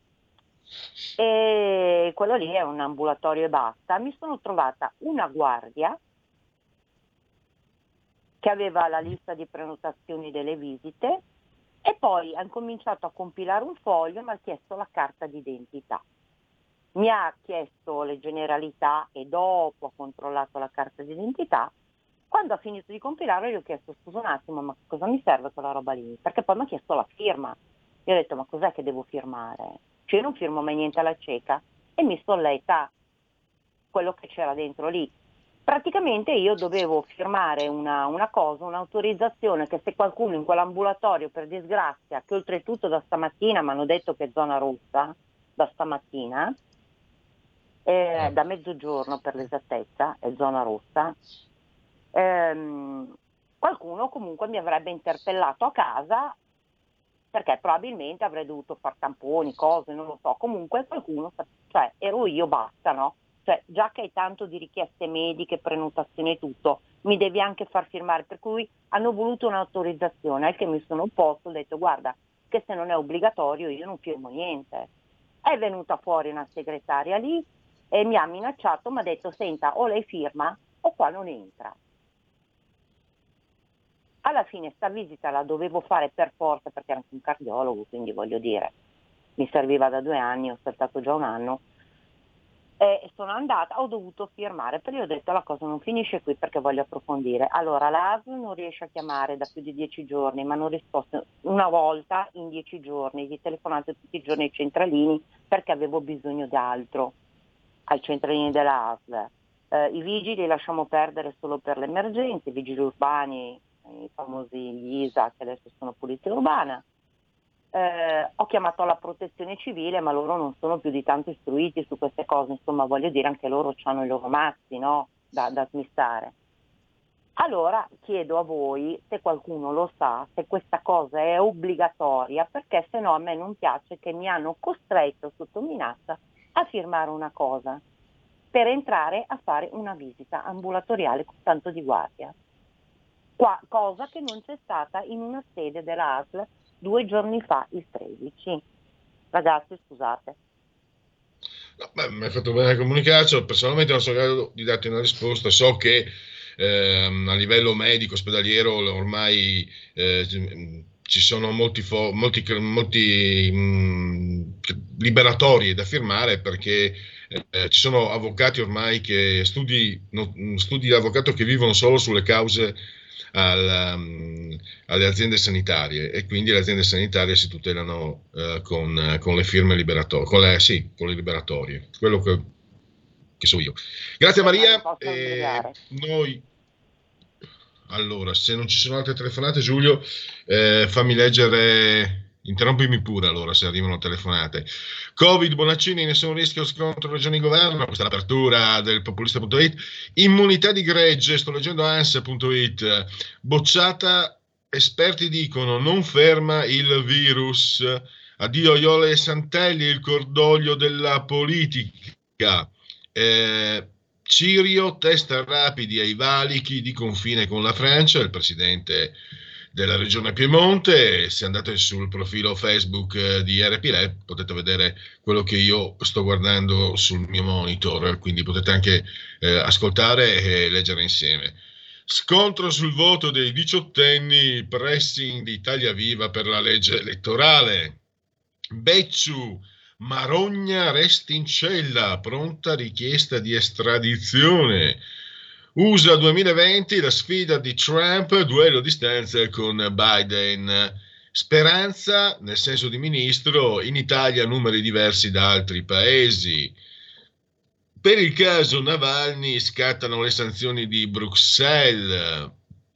Q: e quello lì è un ambulatorio e basta. Mi sono trovata una guardia che aveva la lista di prenotazioni delle visite e poi ha cominciato a compilare un foglio e mi ha chiesto la carta d'identità. Mi ha chiesto le generalità e dopo ha controllato la carta d'identità. Quando ha finito di compilare gli ho chiesto scusa un attimo, ma cosa mi serve quella roba lì? Perché poi mi ha chiesto la firma. Gli ho detto ma cos'è che devo firmare? Cioè io non firmo mai niente alla cieca e mi solleta quello che c'era dentro lì. Praticamente io dovevo firmare una, una cosa, un'autorizzazione che se qualcuno in quell'ambulatorio per disgrazia, che oltretutto da stamattina mi hanno detto che è zona rossa, da stamattina, eh, da mezzogiorno per l'esattezza, è zona rossa, ehm, qualcuno comunque mi avrebbe interpellato a casa perché probabilmente avrei dovuto far tamponi, cose, non lo so, comunque qualcuno, cioè ero io, basta, no? Cioè, già che hai tanto di richieste mediche, prenotazione e tutto, mi devi anche far firmare, per cui hanno voluto un'autorizzazione, al che mi sono opposto, ho detto guarda che se non è obbligatorio io non firmo niente. È venuta fuori una segretaria lì e mi ha minacciato, mi ha detto senta o lei firma o qua non entra. Alla fine sta visita la dovevo fare per forza perché ero anche un cardiologo, quindi voglio dire, mi serviva da due anni, ho saltato già un anno. E sono andata, ho dovuto firmare, però io ho detto la cosa non finisce qui perché voglio approfondire. Allora l'A S L non riesce a chiamare da più di dieci giorni, ma hanno risposto una volta in dieci giorni, gli telefonate tutti i giorni ai centralini perché avevo bisogno di altro, ai centralini della A S L. Eh, I vigili li lasciamo perdere solo per le emergenze, i vigili urbani, i famosi gli I S A che adesso sono polizia urbana. Eh, ho chiamato la protezione civile, ma loro non sono più di tanto istruiti su queste cose, insomma, voglio dire, anche loro hanno i loro mazzi, no? da, da smistare. Allora chiedo a voi se qualcuno lo sa, se questa cosa è obbligatoria, perché se no a me non piace che mi hanno costretto sotto minaccia a firmare una cosa per entrare a fare una visita ambulatoriale con tanto di guardia. Qua, cosa che non c'è stata in una sede della A S L due giorni fa, il tredici. Ragazzi, scusate.
F: No, beh, mi hai fatto bene a comunicarci. Personalmente non sono in grado di darti una risposta. So che ehm, a livello medico, ospedaliero, ormai eh, ci sono molti, fo- molti, molti mh, liberatori da firmare, perché eh, ci sono avvocati ormai che studi, no, studi di avvocato che vivono solo sulle cause Al, um, alle aziende sanitarie, e quindi le aziende sanitarie si tutelano uh, con, con le firme liberatorie, con le, sì, con le liberatorie, quello che, che so io. Grazie Maria. Eh, noi allora, se non ci sono altre telefonate, Giulio, eh, fammi leggere. Interrompimi pure allora se arrivano telefonate. Covid, Bonaccini, nessun rischio scontro regioni governo, questa è l'apertura del populista punto it. Immunità di gregge, sto leggendo A N S punto it, bocciata, esperti dicono non ferma il virus, addio Iole e Santelli, il cordoglio della politica. Eh, Cirio testa rapidi ai valichi di confine con la Francia, il presidente della regione Piemonte. Se andate sul profilo Facebook di R P L potete vedere quello che io sto guardando sul mio monitor, quindi potete anche eh, ascoltare e leggere insieme. Scontro sul voto dei diciottenni, pressing di Italia Viva per la legge elettorale. Becciu, Marogna resti in cella, pronta richiesta di estradizione. U S A duemilaventi, la sfida di Trump, duello a distanza con Biden. Speranza, nel senso di ministro, in Italia numeri diversi da altri paesi. Per il caso Navalny scattano le sanzioni di Bruxelles,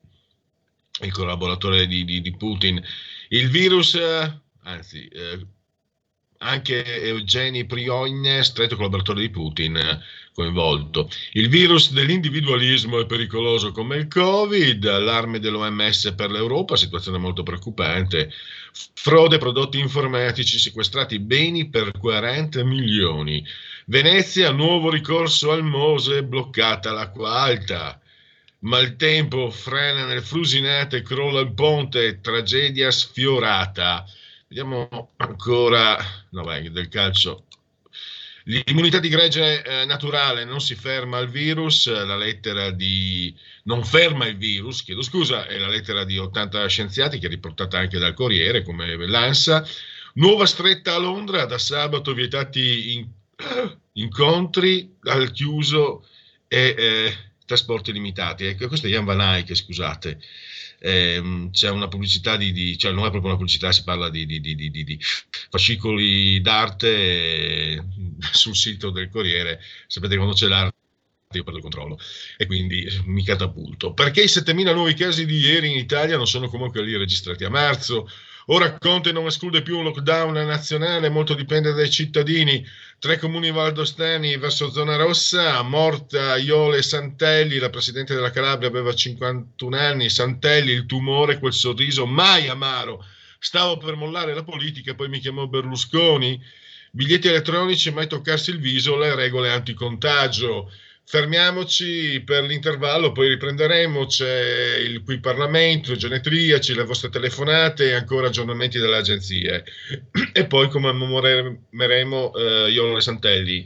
F: il collaboratore di, di, di Putin. Il virus, anzi, eh, anche Evgeny Prigozhin, stretto collaboratore di Putin, coinvolto. Il virus dell'individualismo è pericoloso come il Covid, allarme dell'O M S per l'Europa, situazione molto preoccupante. Frode prodotti informatici, sequestrati beni per quaranta milioni. Venezia, nuovo ricorso al Mose, bloccata l'acqua alta. Maltempo, frena nel Frusinate, crolla il ponte, tragedia sfiorata. Vediamo ancora, no vai, del calcio. L'immunità di gregge eh, naturale, non si ferma il virus, la lettera di non ferma il virus, chiedo scusa, è la lettera di ottanta scienziati che è riportata anche dal Corriere come l'ANSA. Nuova stretta a Londra, da sabato vietati in, incontri al chiuso e eh, trasporti limitati. Ecco, questo è Jan Van Eyck, scusate. Eh, c'è una pubblicità di, di cioè non è proprio una pubblicità, si parla di, di, di, di, di fascicoli d'arte eh, sul sito del Corriere. Sapete, quando c'è l'arte io perdo il controllo e quindi mi catapulto. Perché i settemila nuovi casi di ieri in Italia non sono come quelli registrati a marzo? Ora Conte non esclude più un lockdown nazionale, molto dipende dai cittadini. Tre comuni valdostani verso zona rossa, morta Iole Santelli, la presidente della Calabria, aveva cinquantuno anni. Santelli, il tumore, quel sorriso mai amaro. Stavo per mollare la politica, poi mi chiamò Berlusconi. Biglietti elettronici, mai toccarsi il viso, le regole anticontagio. Fermiamoci per l'intervallo, poi riprenderemo. C'è il qui Parlamento, genetriaci, le vostre telefonate e ancora aggiornamenti delle agenzie. E poi commemoreremo eh, Iole Santelli.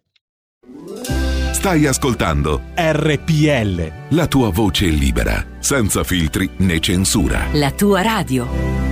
R: Stai ascoltando
K: R P L,
R: la tua voce libera, senza filtri né censura.
A: La tua radio.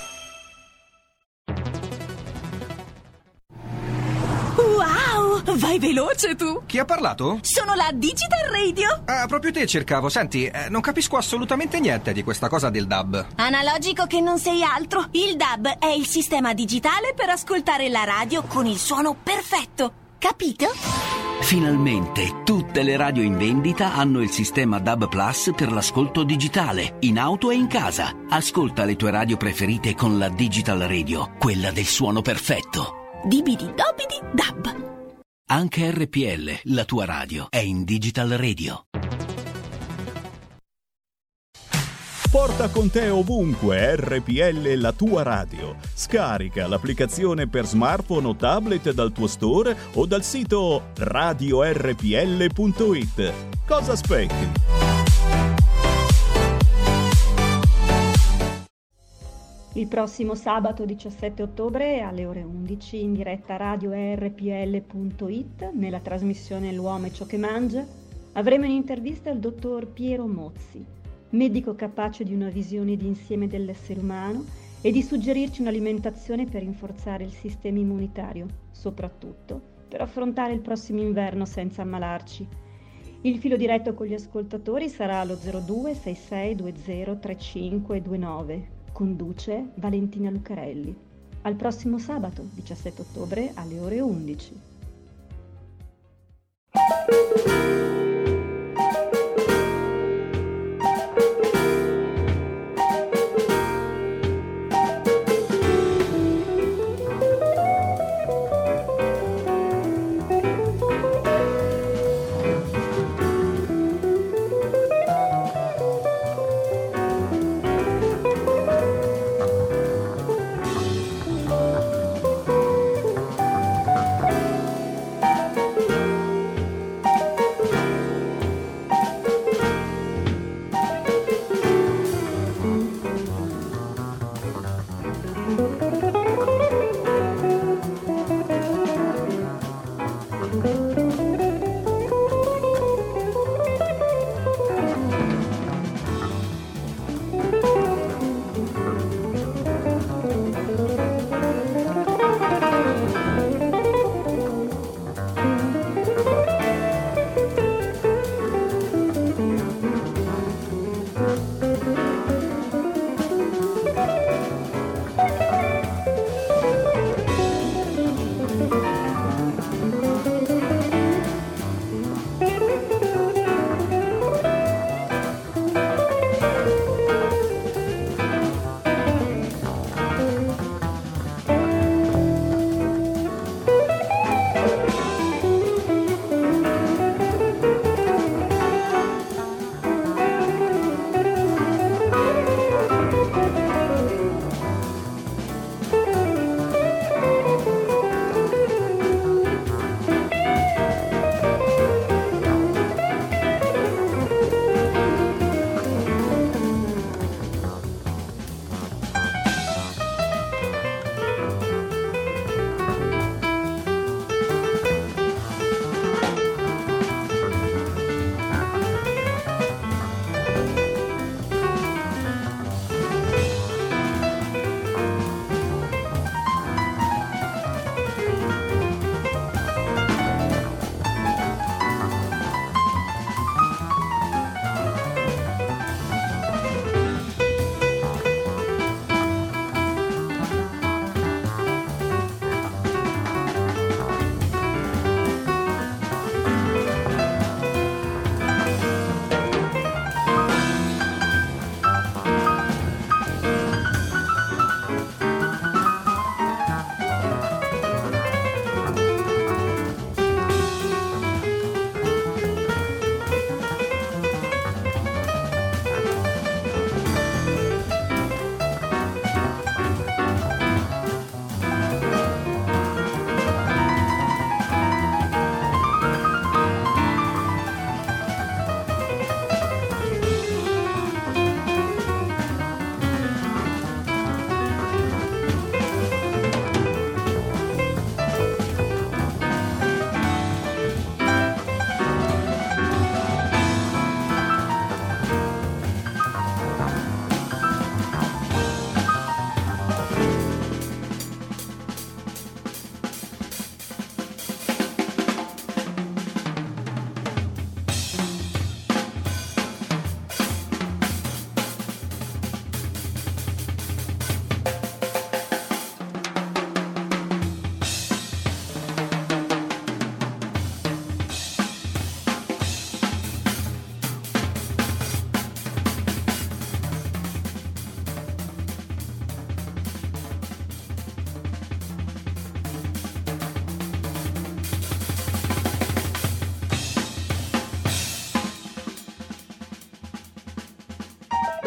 S: Vai veloce tu!
T: Chi ha parlato?
S: Sono la Digital Radio!
T: Ah, proprio te cercavo. Senti, eh, non capisco assolutamente niente di questa cosa del D A B.
S: Analogico che non sei altro. Il D A B è il sistema digitale per ascoltare la radio con il suono perfetto. Capito?
U: Finalmente tutte le radio in vendita hanno il sistema D A B Plus per l'ascolto digitale, in auto e in casa. Ascolta le tue radio preferite con la Digital Radio, quella del suono perfetto.
S: Dibidi dobidi dab.
U: Anche R P L, la tua radio, è in Digital Radio.
K: Porta con te ovunque R P L, la tua radio. Scarica l'applicazione per smartphone o tablet dal tuo store o dal sito radio erre pi elle punto it. Cosa aspetti?
L: Il prossimo sabato diciassette ottobre alle ore undici in diretta radio erre pi elle punto it nella trasmissione L'uomo e ciò che mangia avremo in intervista il dottor Piero Mozzi, medico capace di una visione d'insieme dell'essere umano e di suggerirci un'alimentazione per rinforzare il sistema immunitario, soprattutto per affrontare il prossimo inverno senza ammalarci. Il filo diretto con gli ascoltatori sarà allo zero due sei sei due zero tre cinque due nove. Conduce Valentina Lucarelli. Al prossimo sabato, diciassette ottobre, alle ore undici.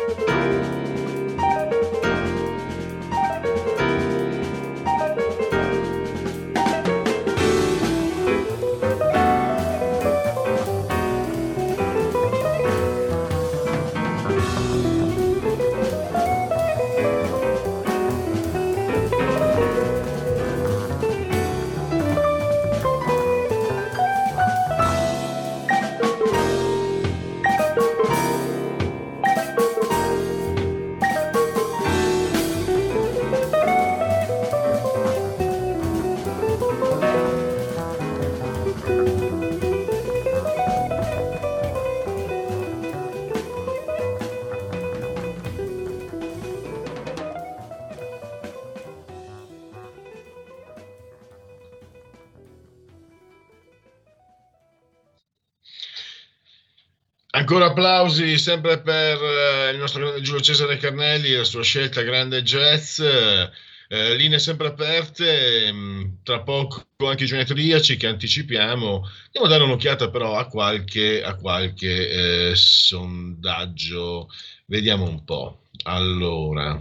F: Ancora applausi sempre per eh, il nostro grande Giulio Cesare Carnelli e la sua scelta grande jazz. Eh, linee sempre aperte, mh, tra poco anche i genetriaci che anticipiamo. Andiamo a dare un'occhiata però a qualche, a qualche eh, sondaggio. Vediamo un po'. Allora,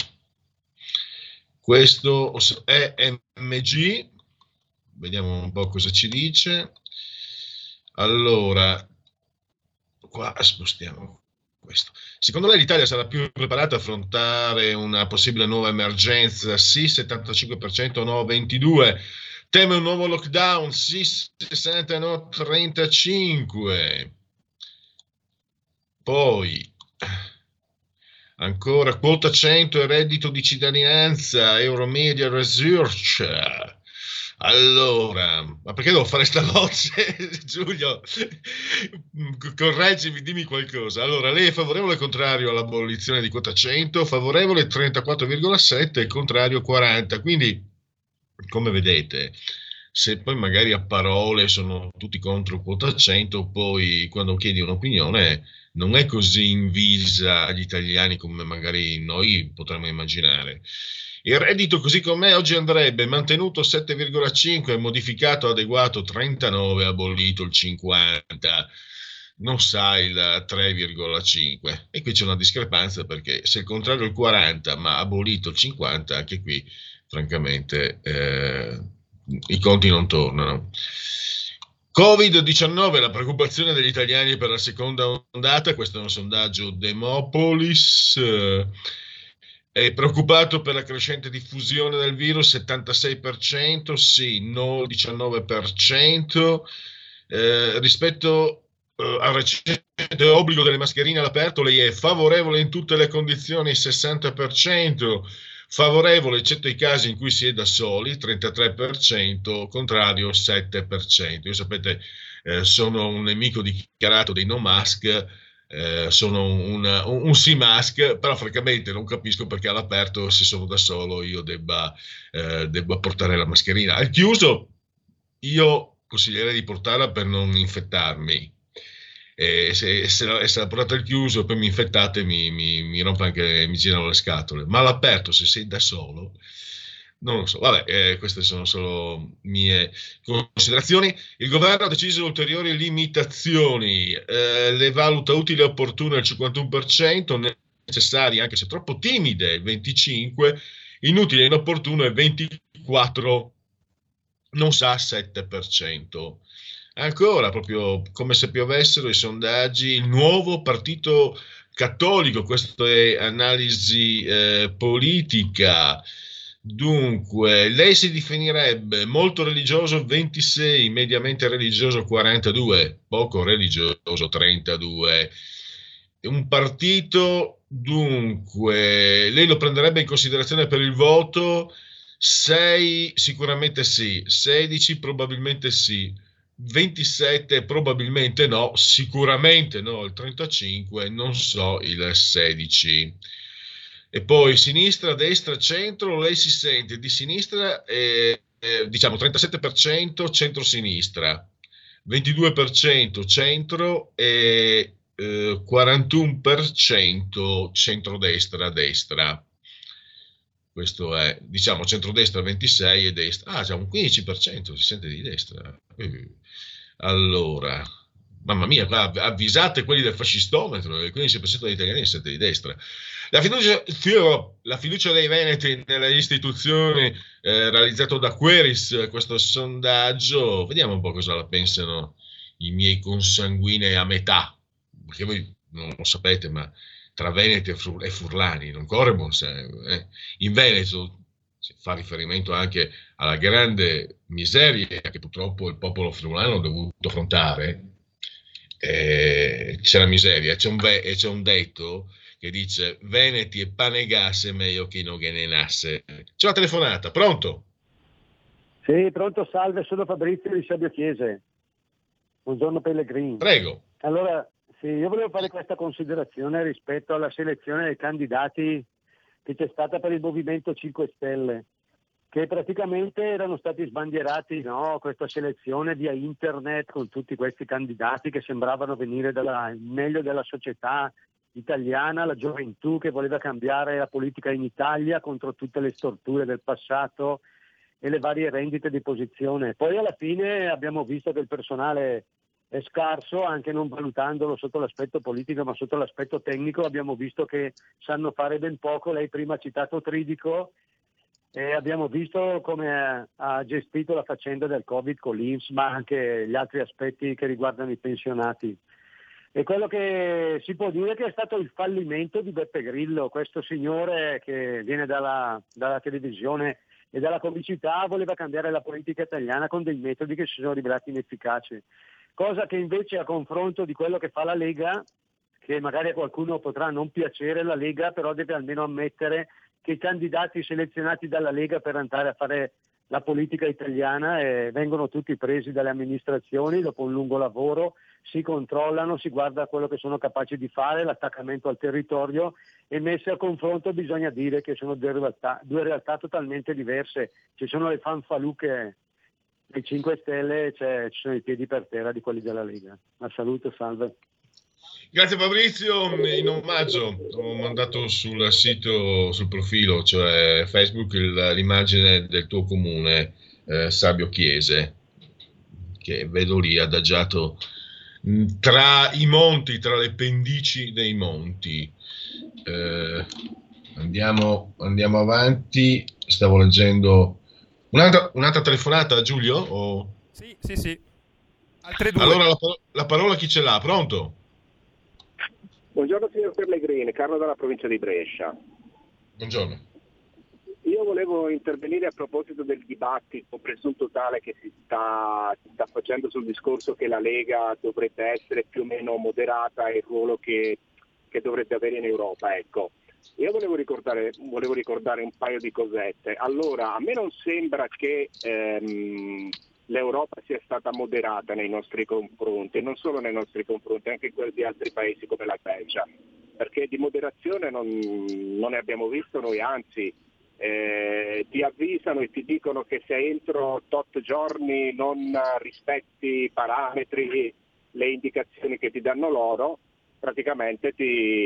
F: questo è M G, vediamo un po' cosa ci dice. Allora, qua spostiamo questo. Secondo lei l'Italia sarà più preparata a affrontare una possibile nuova emergenza? Sì, settantacinque per cento, no, ventidue per cento. Teme un nuovo lockdown? Sì, sessanta, no, trentacinque per cento. Poi, ancora, quota cento e reddito di cittadinanza, Euromedia Research. Allora, ma perché devo fare sta voce, Giulio? Correggimi, dimmi qualcosa. Allora, lei è favorevole o contrario all'abolizione di quota cento? Favorevole trentaquattro virgola sette e contrario quaranta. Quindi, come vedete, se poi magari a parole sono tutti contro quota cento, poi quando chiedi un'opinione non è così invisa agli italiani come magari noi potremmo immaginare. Il reddito così com'è oggi andrebbe mantenuto sette virgola cinque, modificato, adeguato trentanove, abolito il cinquanta, non sa il tre virgola cinque. E qui c'è una discrepanza perché se il contrario è il quaranta ma abolito il cinquanta, anche qui francamente eh, i conti non tornano. covid diciannove, la preoccupazione degli italiani per la seconda ondata, questo è un sondaggio Demopolis. Eh, È preoccupato per la crescente diffusione del virus? settantasei per cento, sì, no, diciannove per cento. Eh, rispetto eh, al recente obbligo delle mascherine all'aperto, lei è favorevole in tutte le condizioni? sessanta per cento. Favorevole, eccetto i casi in cui si è da soli, trentatré per cento, contrario sette per cento. Io sapete, eh, sono un nemico dichiarato dei no mask. Eh, sono un, un, un sì mask, però francamente non capisco perché all'aperto, se sono da solo, io debba, eh, debba portare la mascherina. Al chiuso io consiglierei di portarla per non infettarmi, e se, se, la, se la portate al chiuso e poi mi infettate mi, mi, mi rompe anche, mi girano le scatole, ma all'aperto se sei da solo non lo so. Vabbè, eh, queste sono solo mie considerazioni. Il governo ha deciso ulteriori limitazioni, eh, le valuta utili e opportune al cinquantuno per cento, necessarie anche se troppo timide il venticinque per cento, inutile e inopportuno il ventiquattro per cento, non sa sette per cento. Ancora, proprio come se piovessero i sondaggi, il nuovo partito cattolico, questa è analisi eh, politica. Dunque, lei si definirebbe molto religioso ventisei, mediamente religioso quarantadue, poco religioso trentadue. Un partito, dunque, lei lo prenderebbe in considerazione per il voto? sei sicuramente sì, sedici probabilmente sì, ventisette probabilmente no, sicuramente no, il trentacinque, non so il sedici. E poi sinistra, destra, centro, lei si sente di sinistra, eh, eh, diciamo trentasette per cento centro-sinistra, ventidue per cento centro e eh, quarantuno per cento centrodestra-destra. Questo è, diciamo, centrodestra ventisei e destra. Ah, già un quindici per cento si sente di destra. Eh. Allora, Mamma mia, qua avvisate quelli del fascistometro, e quindi se pensate agli italiani siete di destra. La fiducia, la fiducia dei veneti nelle istituzioni, eh, realizzato da Queris, questo sondaggio, vediamo un po' cosa la pensano i miei consanguinei a metà, perché voi non lo sapete, ma tra Veneti e, Fur- e Furlani non corre buon sangue. Eh. In Veneto si fa riferimento anche alla grande miseria che purtroppo il popolo friulano ha dovuto affrontare. Eh, c'è la miseria, c'è un, ve- e c'è un detto che dice Veneti e pane e gas è meglio che non ne nasse. C'è una telefonata, pronto?
B: Sì, pronto, salve, sono Fabrizio di Sabbio Chiese. Buongiorno Pellegrini.
F: Prego.
B: Allora, sì, io volevo fare questa considerazione rispetto alla selezione dei candidati che c'è stata per il Movimento cinque Stelle, che praticamente erano stati sbandierati, no, questa selezione via internet con tutti questi candidati che sembravano venire dal meglio della società italiana, la gioventù che voleva cambiare la politica in Italia contro tutte le storture del passato e le varie rendite di posizione. Poi alla fine abbiamo visto che il personale è scarso, anche non valutandolo sotto l'aspetto politico ma sotto l'aspetto tecnico. Abbiamo visto che sanno fare ben poco. Lei prima ha citato Tridico e abbiamo visto come ha gestito la faccenda del Covid con l'I N P S, ma anche gli altri aspetti che riguardano i pensionati. E quello che si può dire è che è stato il fallimento di Beppe Grillo, questo signore che viene dalla, dalla televisione e dalla comicità, voleva cambiare la politica italiana con dei metodi che si sono rivelati inefficaci, cosa che invece a confronto di quello che fa la Lega, che magari a qualcuno potrà non piacere la Lega, però deve almeno ammettere che i candidati selezionati dalla Lega per andare a fare la politica italiana eh, vengono tutti presi dalle amministrazioni dopo un lungo lavoro, si controllano, si guarda quello che sono capaci di fare, l'attaccamento al territorio, e messe a confronto bisogna dire che sono due realtà, due realtà totalmente diverse. Ci sono le fanfaluche dei cinque Stelle e c'è, ci sono i piedi per terra di quelli della Lega. La saluto, salve.
F: Grazie Fabrizio, in omaggio ho mandato sul sito, sul profilo, cioè Facebook, il, l'immagine del tuo comune, eh, Sabbio Chiese, che vedo lì adagiato tra i monti, tra le pendici dei monti. Eh, andiamo, andiamo avanti, stavo leggendo un'altra, un'altra telefonata, Giulio? O...
G: Sì, sì, sì. Altre due.
F: Allora la, la parola chi ce l'ha? Pronto?
V: Buongiorno signor Pellegrini, Carlo dalla provincia di Brescia.
F: Buongiorno.
V: Io volevo intervenire a proposito del dibattito presunto tale che si sta, si sta facendo sul discorso che la Lega dovrebbe essere più o meno moderata e il ruolo che, che dovrebbe avere in Europa. Ecco, io volevo ricordare, volevo ricordare un paio di cosette. Allora, a me non sembra che ehm, l'Europa sia stata moderata nei nostri confronti, e non solo nei nostri confronti, anche in quelli di altri paesi come la Grecia, perché di moderazione non, non ne abbiamo visto noi, anzi eh, ti avvisano e ti dicono che se entro tot giorni non rispetti i parametri, le indicazioni che ti danno loro, praticamente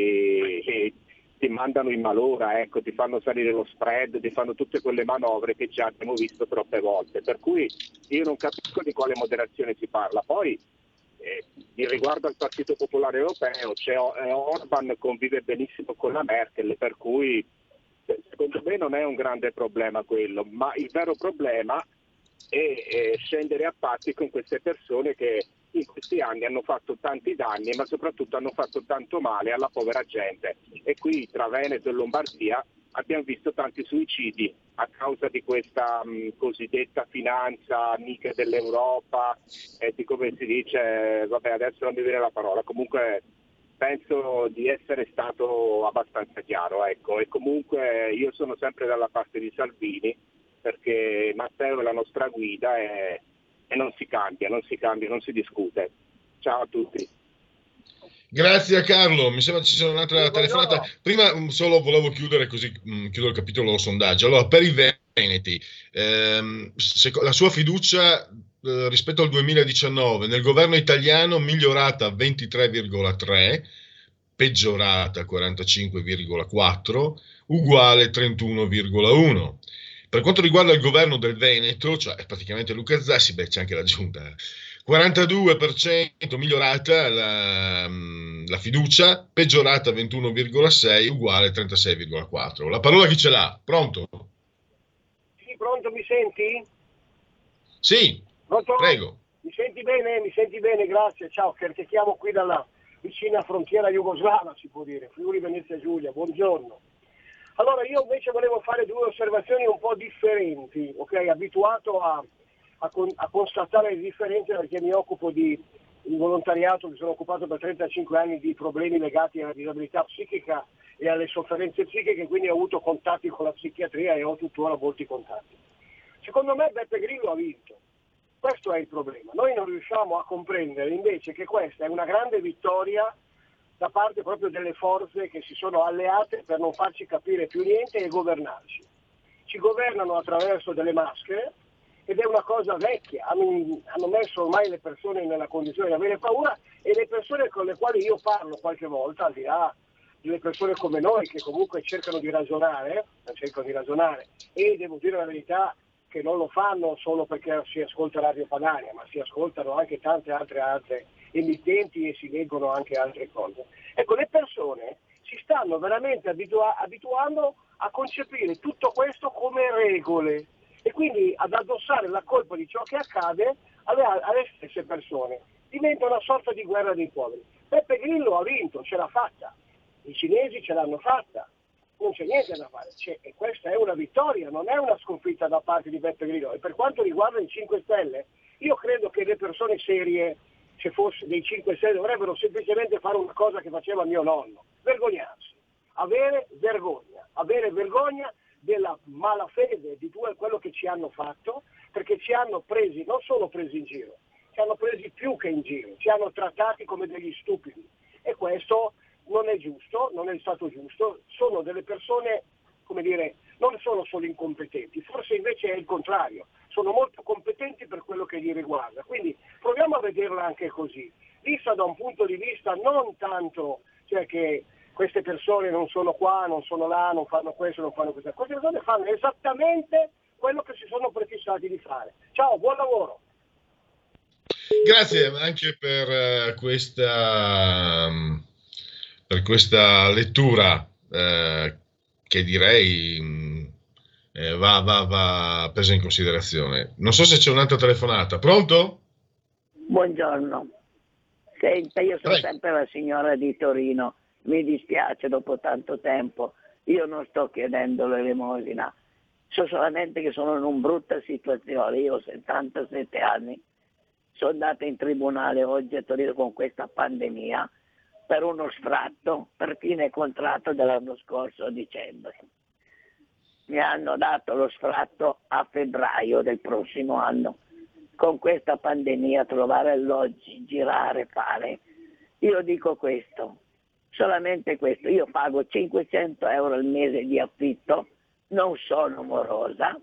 V: ti... ti mandano in malora, ecco, ti fanno salire lo spread, ti fanno tutte quelle manovre che già abbiamo visto troppe volte, per cui io non capisco di quale moderazione si parla. Poi eh, riguardo al Partito Popolare Europeo, c'è eh, Orban convive benissimo con la Merkel, per cui secondo me non è un grande problema quello, ma il vero problema è eh, scendere a patti con queste persone che in questi anni hanno fatto tanti danni, ma soprattutto hanno fatto tanto male alla povera gente. E qui tra Veneto e Lombardia abbiamo visto tanti suicidi a causa di questa mh, cosiddetta finanza amica dell'Europa, e di come si dice, vabbè adesso non mi viene la parola, comunque penso di essere stato abbastanza chiaro, ecco. E comunque io sono sempre dalla parte di Salvini, perché Matteo è la nostra guida e e non si cambia, non si cambia, non si discute. Ciao a tutti.
F: Grazie a Carlo, mi sembra ci sia un'altra sì, telefonata. Prima solo volevo chiudere così, mh, chiudo il capitolo sondaggio. Allora, per i Veneti, ehm, sec- la sua fiducia eh, rispetto al duemiladiciannove nel governo italiano migliorata a ventitré virgola tre, peggiorata a quarantacinque virgola quattro, uguale trentuno virgola uno. Per quanto riguarda il governo del Veneto, cioè praticamente Luca Zassi, beh c'è anche la giunta, quarantadue per cento migliorata la, la fiducia, peggiorata ventuno virgola sei, uguale trentasei virgola quattro. La parola chi ce l'ha? Pronto?
C: Sì, pronto, mi senti?
F: Sì,
C: pronto?
F: Prego.
C: Mi senti bene? Mi senti bene, grazie. Ciao, che chiamo qui dalla vicina frontiera jugoslava, si può dire, Friuli Venezia Giulia, buongiorno. Allora, io invece volevo fare due osservazioni un po' differenti, ok? Abituato a, a, con, a constatare le differenze perché mi occupo di, di volontariato, mi sono occupato per trentacinque anni di problemi legati alla disabilità psichica e alle sofferenze psichiche, quindi ho avuto contatti con la psichiatria e ho tuttora molti contatti. Secondo me Beppe Grillo ha vinto. Questo è il problema. Noi non riusciamo a comprendere invece che questa è una grande vittoria da parte proprio delle forze che si sono alleate per non farci capire più niente e governarci. Ci governano attraverso delle maschere ed è una cosa vecchia. Hanno, hanno messo ormai le persone nella condizione di avere paura e le persone con le quali io parlo qualche volta, al di là delle persone come noi che comunque cercano di ragionare, cercano di ragionare e devo dire la verità che non lo fanno solo perché si ascolta Radio Padania, ma si ascoltano anche tante altre altre emittenti e si leggono anche altre cose. Ecco, le persone si stanno veramente abitua- abituando a concepire tutto questo come regole e quindi ad addossare la colpa di ciò che accade alle, alle stesse persone. Diventa una sorta di guerra dei poveri. Beppe Grillo ha vinto, ce l'ha fatta, i cinesi ce l'hanno fatta, non c'è niente da fare, c'è, e questa è una vittoria, non è una sconfitta da parte di Beppe Grillo. E per quanto riguarda i cinque Stelle, io credo che le persone serie, se fosse dei cinque Stelle, dovrebbero semplicemente fare una cosa che faceva mio nonno, vergognarsi, avere vergogna, avere vergogna della malafede di tutto quello che ci hanno fatto, perché ci hanno presi, non solo presi in giro, ci hanno presi più che in giro, ci hanno trattati come degli stupidi e questo non è giusto, non è stato giusto, sono delle persone, come dire, non sono solo incompetenti, forse invece è il contrario, sono molto competenti per quello che li riguarda, quindi proviamo a vederla anche così, vista da un punto di vista non tanto, cioè che queste persone non sono qua, non sono là, non fanno questo, non fanno questo, queste persone fanno esattamente quello che si sono prefissati di fare. Ciao, buon lavoro!
F: Grazie anche per questa... per questa lettura eh, che direi eh, va, va, va presa in considerazione. Non so se c'è un'altra telefonata. Pronto?
D: Buongiorno. Senta, io sono Prego. sempre la signora di Torino. Mi dispiace dopo tanto tempo. Io non sto chiedendo l'elemosina. So solamente che sono in una brutta situazione. Io ho settantasette anni. Sono andata in tribunale oggi a Torino con questa pandemia per uno sfratto per fine contratto dell'anno scorso a dicembre. Mi hanno dato lo sfratto a febbraio del prossimo anno. Con questa pandemia trovare alloggi, girare, fare. Io dico questo, solamente questo. Io pago cinquecento euro al mese di affitto, non sono morosa.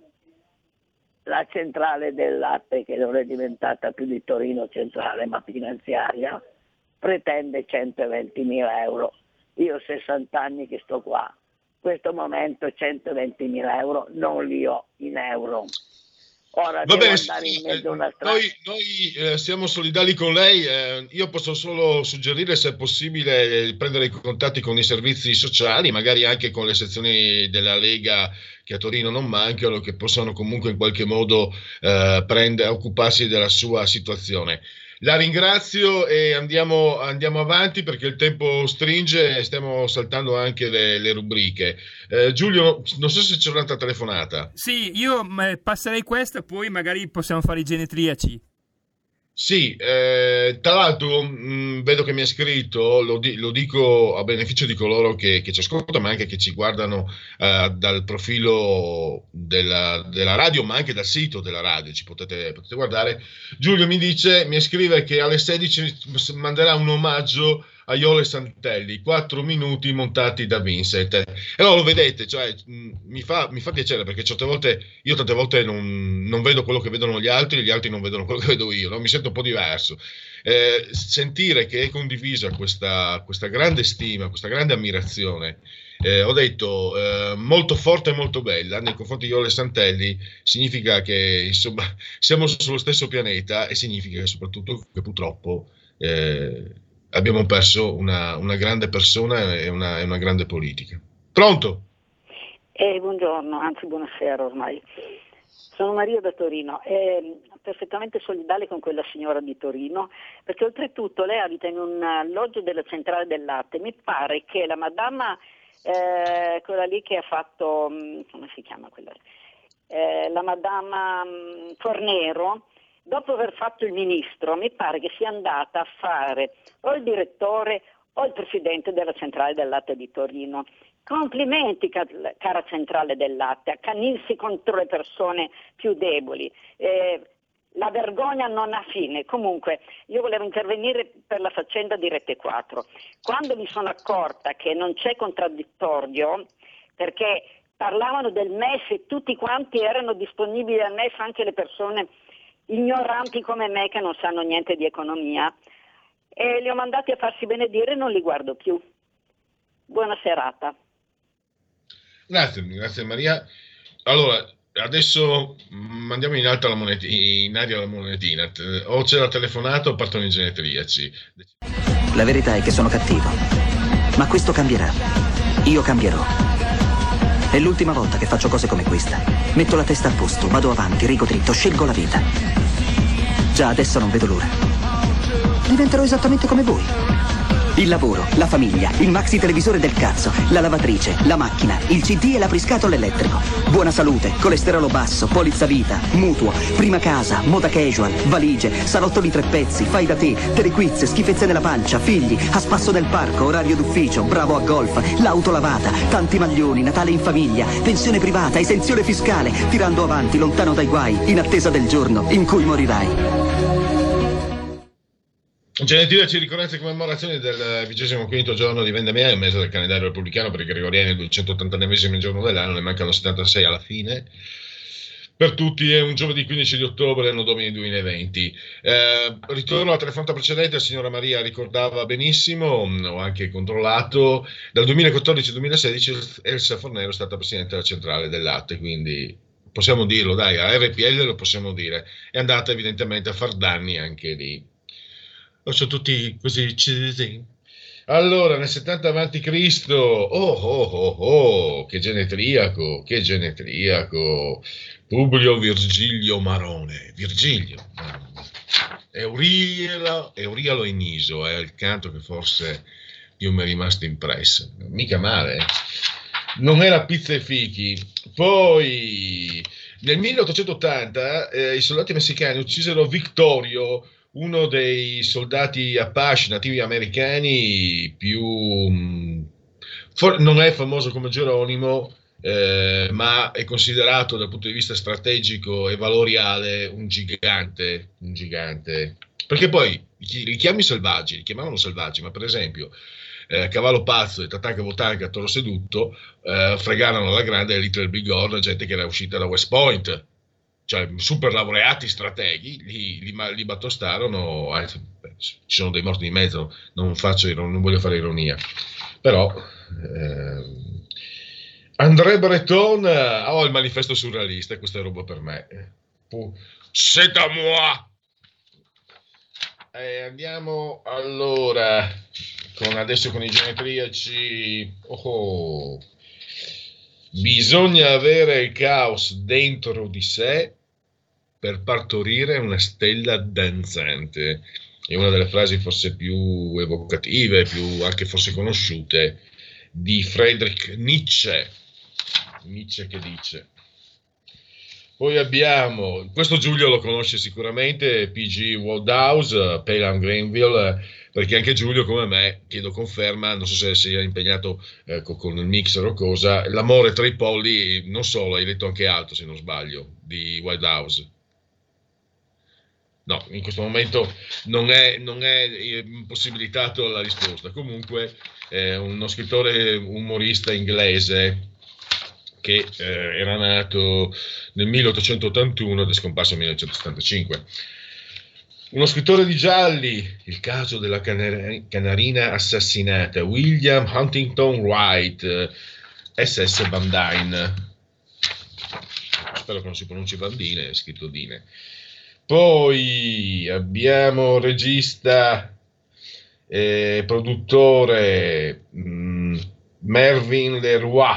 D: La centrale del latte, che non è diventata più di Torino centrale ma finanziaria, pretende centoventimila euro. Io ho sessanta anni che sto qua. In questo momento centoventimila euro non li ho in euro. Ora
F: Va
D: devo
F: bene,
D: andare in mezzo a una strada.
F: Noi, noi eh, siamo solidali con lei. Eh, io posso solo suggerire, se è possibile, prendere i contatti con i servizi sociali, magari anche con le sezioni della Lega che a Torino non mancano, che possano comunque in qualche modo eh, prendere, occuparsi della sua situazione. La ringrazio e andiamo, andiamo avanti perché il tempo stringe e stiamo saltando anche le, le rubriche. Eh, Giulio, non so se c'è un'altra telefonata.
G: Sì, io eh, passerei questa, poi magari possiamo fare i genetriaci.
F: Sì, eh, tra l'altro mh, vedo che mi ha scritto, lo, di, lo dico a beneficio di coloro che, che ci ascoltano, ma anche che ci guardano eh, dal profilo della, della radio, ma anche dal sito della radio, ci potete, potete guardare. Giulio mi dice, mi scrive che alle sedici manderà un omaggio a Iole Santelli, quattro minuti montati da Vincent. E allora lo vedete, cioè, mh, mi, fa, mi fa piacere perché certe volte, io tante volte non, non vedo quello che vedono gli altri, gli altri non vedono quello che vedo io, no? Mi sento un po' diverso eh, sentire che è condivisa questa, questa grande stima, questa grande ammirazione, eh, ho detto eh, molto forte e molto bella nei confronti di Jole Santelli, significa che insomma siamo sullo stesso pianeta, e significa soprattutto che purtroppo eh, abbiamo perso una, una grande persona e una, e una grande politica. Pronto?
E: Eh, buongiorno, anzi buonasera ormai. Sono Maria da Torino, è perfettamente solidale con quella signora di Torino, perché oltretutto lei abita in un alloggio della centrale del latte. Mi pare che la madama, eh, quella lì che ha fatto, come si chiama quella? Eh, la madama mh, Fornero, dopo aver fatto il ministro, mi pare che sia andata a fare o il direttore o il presidente della centrale del latte di Torino. Complimenti, cara centrale del latte, accanirsi contro le persone più deboli. Eh, la vergogna non ha fine. Comunque, io volevo intervenire per la faccenda di Rete quattro. Quando mi sono accorta che non c'è contraddittorio, perché parlavano del M E S e tutti quanti erano disponibili al M E S, anche le persone ignoranti come me che non sanno niente di economia, e li ho mandati a farsi benedire e non li guardo più. Buona serata.
F: Grazie, grazie Maria. Allora, adesso mandiamo in alto la monetina, in aria la monetina. O c'è la telefonata o partono i genetriaci.
U: La verità è che sono cattivo, ma questo cambierà. Io cambierò. È l'ultima volta che faccio cose come questa. Metto la testa a posto, vado avanti, rigo dritto, scelgo la vita. Già adesso non vedo l'ora. Diventerò esattamente come voi. Il lavoro, la famiglia, il maxi televisore del cazzo, la lavatrice, la macchina, il C D e l'apriscatole elettrico. Buona salute, colesterolo basso, polizza vita, mutuo, prima casa, moda casual, valigie, salotto di tre pezzi, fai da te, telequiz, schifezze nella pancia, figli, a spasso nel parco, orario d'ufficio, bravo a golf, l'auto lavata, tanti maglioni, Natale in famiglia, pensione privata, esenzione fiscale, tirando avanti, lontano dai guai, in attesa del giorno in cui morirai.
F: Genetriaci, ricorrenze e commemorazioni del vigesimo quinto giorno di Vendemmia, mese del calendario repubblicano per i gregoriani, il duecentottantanovesimo giorno dell'anno, ne mancano settantasei alla fine. Per tutti è un giovedì quindici di ottobre, anno domini duemilaventi. Eh, ritorno alla telefonata precedente, la signora Maria ricordava benissimo, ho anche controllato, dal duemilaquattordici al duemilasedici Elsa Fornero è stata presidente della centrale del latte, quindi possiamo dirlo, dai, a R P L lo possiamo dire, è andata evidentemente a far danni anche lì. Sono tutti così cisi. Allora, nel settanta avanti Cristo, oh oh oh oh, che genetriaco, che genetriaco, Publio Virgilio Marone, Virgilio, Eurialo, Eurialo in Iso, è il canto che forse più mi è rimasto impresso, mica male, eh? Non era pizza e fichi. Poi, nel milleottocentottanta, eh, i soldati messicani uccisero Victorio, uno dei soldati Apache nativi americani più, for, non è famoso come Geronimo, eh, ma è considerato dal punto di vista strategico e valoriale un gigante, un gigante. Perché poi li chiami selvaggi, li chiamavano selvaggi, ma per esempio eh, Cavallo Pazzo e Tatanka Botanka, Toro Sedutto, eh, fregarono alla grande Little Bighorn, gente che era uscita da West Point. Cioè super laureati strateghi li, li, li battostarono, eh, ci sono dei morti di mezzo, non, faccio, non voglio fare ironia, però eh, André Breton, oh, il manifesto surrealista, questa è roba per me, c'est à moi. Eh, andiamo allora con, adesso con i genetriaci. Oh, oh. Bisogna avere il caos dentro di sé per partorire una stella danzante. È una delle frasi forse più evocative, più anche forse conosciute, di Friedrich Nietzsche. Nietzsche che dice. Poi abbiamo, questo Giulio lo conosce sicuramente, P G Wodehouse, Pelham Grenville, perché anche Giulio come me, chiedo conferma, non so se sia impegnato eh, con il mixer o cosa, L'amore tra i polli, non solo, hai letto anche altro se non sbaglio, di Wodehouse. No, in questo momento non è, non è impossibilitato la risposta. Comunque è uno scrittore umorista inglese che eh, era nato nel milleottocentottantuno ed è scomparso nel millenovecentosettantacinque. Uno scrittore di gialli, il caso della canar- canarina assassinata, William Huntington Wright, S S Van Dyne. Spero che non si pronunci Vandine, è scritto Dine. Poi abbiamo regista e eh, produttore mh, Mervyn Leroy,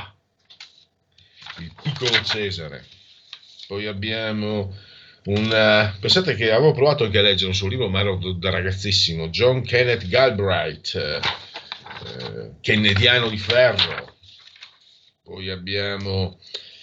F: il piccolo Cesare. Poi abbiamo un... pensate che avevo provato anche a leggere un suo libro, ma ero da ragazzissimo, John Kenneth Galbraith, eh, kennediano di ferro. Poi abbiamo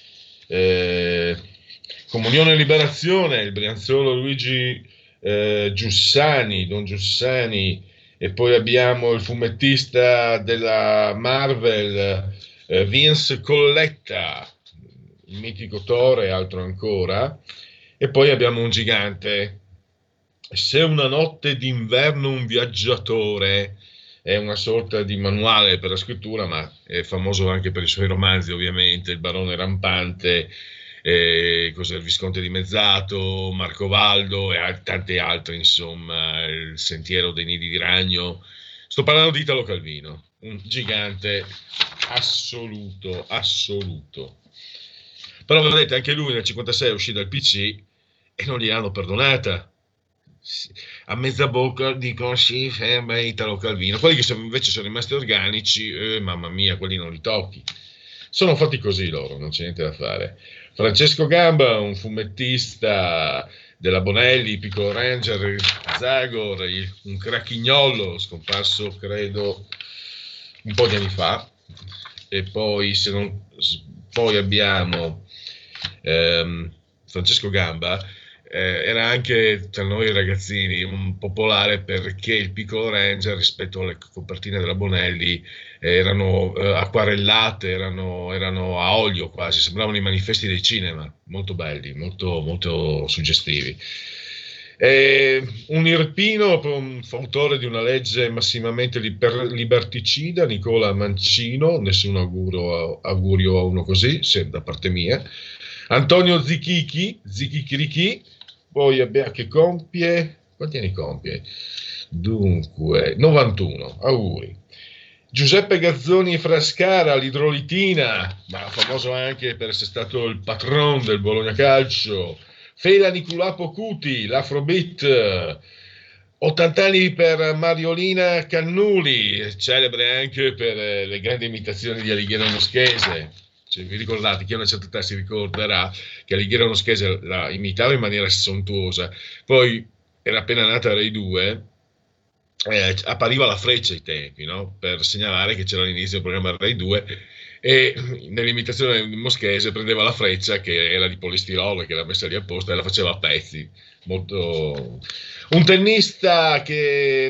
F: eh, Comunione e Liberazione, il brianzolo Luigi eh, Giussani, Don Giussani, e poi abbiamo il fumettista della Marvel, eh, Vince Colletta, il mitico Thor e altro ancora. E poi abbiamo un gigante, Se una notte d'inverno un viaggiatore, è una sorta di manuale per la scrittura, ma è famoso anche per i suoi romanzi, ovviamente, Il barone rampante, eh, cos'è, Il visconte dimezzato, Marcovaldo e a- tanti altri, insomma, Il sentiero dei nidi di ragno. Sto parlando di Italo Calvino, un gigante assoluto, assoluto. Però vedete, anche lui nel cinquantasei uscì dal P C e non gliel'hanno perdonata. A mezza bocca dicono sì, ferma Italo Calvino. Quelli che sono, invece sono rimasti organici, eh, mamma mia, quelli non li tocchi. Sono fatti così loro, non c'è niente da fare. Francesco Gamba, un fumettista della Bonelli, Piccolo Ranger, Zagor, un crachignolo scomparso credo un po' di anni fa. E poi, se non, poi abbiamo ehm, Francesco Gamba, eh, era anche tra noi ragazzini un popolare perché il Piccolo Ranger rispetto alle copertine della Bonelli eh, erano eh, acquarellate, erano, erano a olio quasi, sembravano i manifesti del cinema, molto belli, molto, molto suggestivi. Eh, un irpino, un fautore di una legge massimamente liber- liberticida, Nicola Mancino, nessun augurio, augurio a uno così, se da parte mia. Antonio Zichichi, Zichichirichi, poi abbiamo che compie, quanti anni compie? Dunque, novantuno, auguri. Giuseppe Gazzoni Frascara, l'idrolitina, ma famoso anche per essere stato il patron del Bologna Calcio. Fela Niculapo Cuti, l'Afrobeat, ottanta anni per Mariolina Cannuli, celebre anche per le grandi imitazioni di Alighiero Moschese. Se vi ricordate, chi ha una certa età si ricorderà che Alighiero Moschese la imitava in maniera sontuosa. Poi era appena nata Rai due, eh, appariva la freccia ai tempi, no? Per segnalare che c'era l'inizio del programma Rai due, e nell'imitazione moschese prendeva la freccia che era di polistirolo, che era messa lì apposta, e la faceva a pezzi. Molto... Un tennista che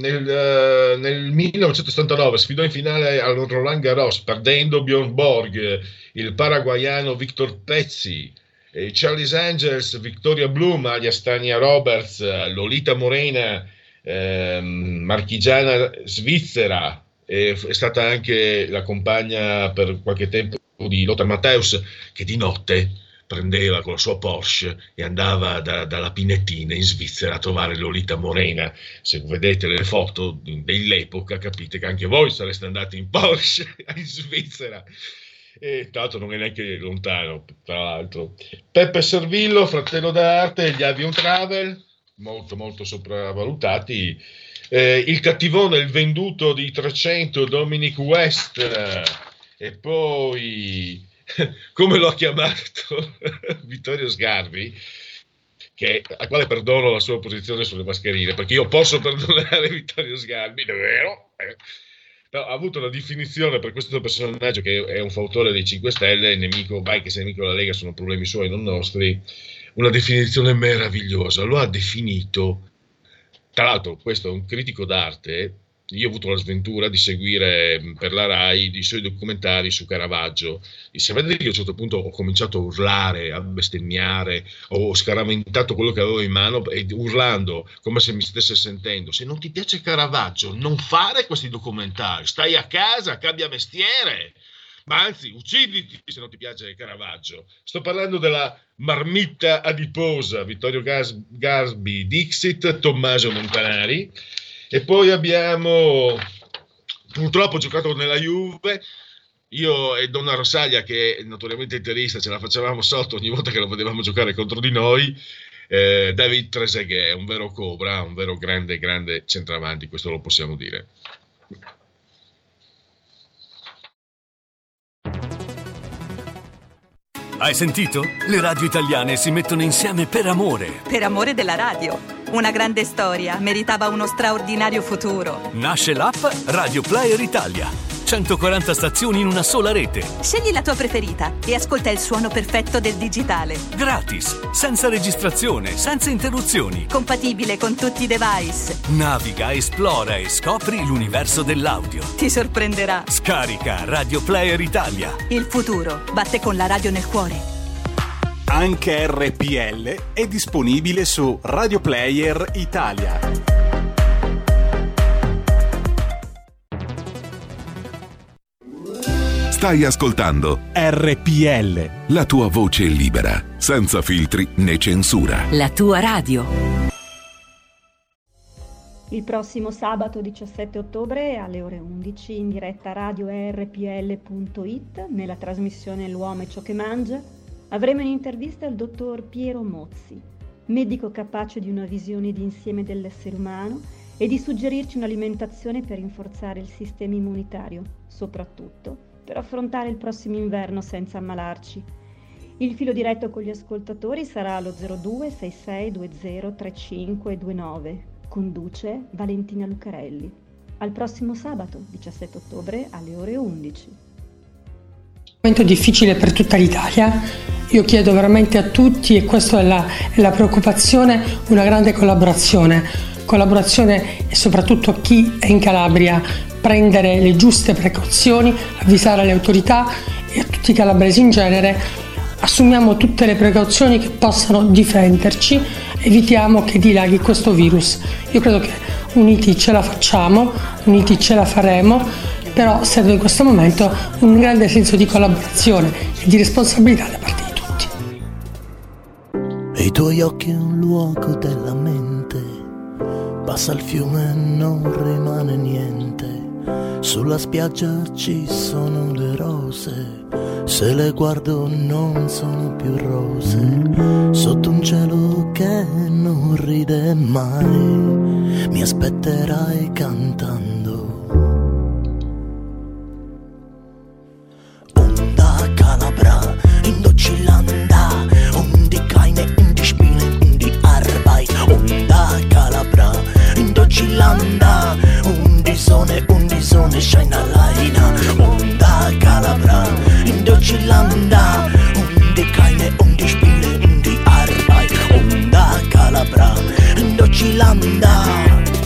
F: nel, nel millenovecentosettantanove sfidò in finale al Roland Garros perdendo Bjorn Borg, il paraguaiano Victor Pezzi, eh, Charlie's Angels, Victoria Bloom, alias Tania Roberts, Lolita Morena, eh, marchigiana svizzera, è stata anche la compagna per qualche tempo di Lothar Matthäus, che di notte prendeva con la sua Porsche e andava da, dalla Pinettina in Svizzera a trovare Lolita Morena. Se vedete le foto dell'epoca capite che anche voi sareste andati in Porsche in Svizzera, e tra l'altro non è neanche lontano, tra l'altro. Peppe Servillo, fratello d'arte, gli Avion Travel, molto molto sopravvalutati. Eh, il cattivone, il venduto di trecento, Dominic West, e poi come lo ha chiamato Vittorio Sgarbi, che, a quale perdono la sua posizione sulle mascherine, perché io posso perdonare Vittorio Sgarbi, è vero, eh. Però ha avuto una definizione per questo personaggio che è un fautore dei cinque Stelle, nemico, vai che se nemico della Lega sono problemi suoi, non nostri, una definizione meravigliosa, lo ha definito. Tra l'altro questo è un critico d'arte, io ho avuto la sventura di seguire per la Rai i suoi documentari su Caravaggio, e se vedete che a un certo punto ho cominciato a urlare, a bestemmiare, ho scaraventato quello che avevo in mano e urlando come se mi stesse sentendo: se non ti piace Caravaggio non fare questi documentari, stai a casa, cambia mestiere, ma anzi ucciditi se non ti piace Caravaggio. Sto parlando della marmitta adiposa, Vittorio Gas- Gasbi, Dixit, Tommaso Montanari, e poi abbiamo purtroppo giocato nella Juve, io e Donna Rossaglia, che è notoriamente interista, ce la facevamo sotto ogni volta che lo vedevamo giocare contro di noi, eh, David Trezeguet, un vero cobra, un vero grande grande centravanti, questo lo possiamo dire.
H: Hai sentito? Le radio italiane si mettono insieme per amore.
I: Per amore della radio. Una grande storia meritava uno straordinario futuro.
H: Nasce l'app Radio Player Italia. centoquaranta stazioni in una sola rete.
I: Scegli la tua preferita e ascolta il suono perfetto del digitale.
H: Gratis, senza registrazione, senza interruzioni.
I: Compatibile con tutti i device.
H: Naviga, esplora e scopri l'universo dell'audio.
I: Ti sorprenderà.
H: Scarica Radio Player Italia.
I: Il futuro batte con la radio nel cuore.
J: Anche R P L è disponibile su Radio Player Italia.
R: Stai ascoltando
J: R P L,
R: la tua voce libera, senza filtri né censura.
A: La tua radio.
L: Il prossimo sabato diciassette ottobre alle ore undici in diretta radio R P L punto it nella trasmissione L'uomo e ciò che mangia avremo in intervista il dottor Piero Mozzi, medico capace di una visione d'insieme dell'essere umano e di suggerirci un'alimentazione per rinforzare il sistema immunitario, soprattutto per affrontare il prossimo inverno senza ammalarci. Il filo diretto con gli ascoltatori sarà allo zero due sei sei due zero tre cinque due nove. Conduce Valentina Lucarelli. Al prossimo sabato, diciassette ottobre, alle ore undici.
W: Un momento difficile per tutta l'Italia. Io chiedo veramente a tutti, e questa è la, è la preoccupazione, una grande collaborazione. Collaborazione e soprattutto a chi è in Calabria, prendere le giuste precauzioni, avvisare le autorità e a tutti i calabresi in genere. Assumiamo tutte le precauzioni che possano difenderci, evitiamo che dilaghi questo virus. Io credo che uniti ce la facciamo, uniti ce la faremo, però serve in questo momento un grande senso di collaborazione e di responsabilità da parte di tutti.
X: E i tuoi occhi è un luogo della mente, passa il fiume e non rimane niente. Sulla spiaggia ci sono le rose, se le guardo non sono più rose. Sotto un cielo che non ride mai, mi aspetterai cantando. Onda Calabra, Indocilanda, undi Keine, undi Spiele, undi Arbeit. Onda Calabra, Indocilanda, undi Sonne, undi Sonne, scheint alleine. Onda Calabra, Indocilanda, undi Keine, undi Spiele, undi Arbeit. Onda Calabra, Indocilanda.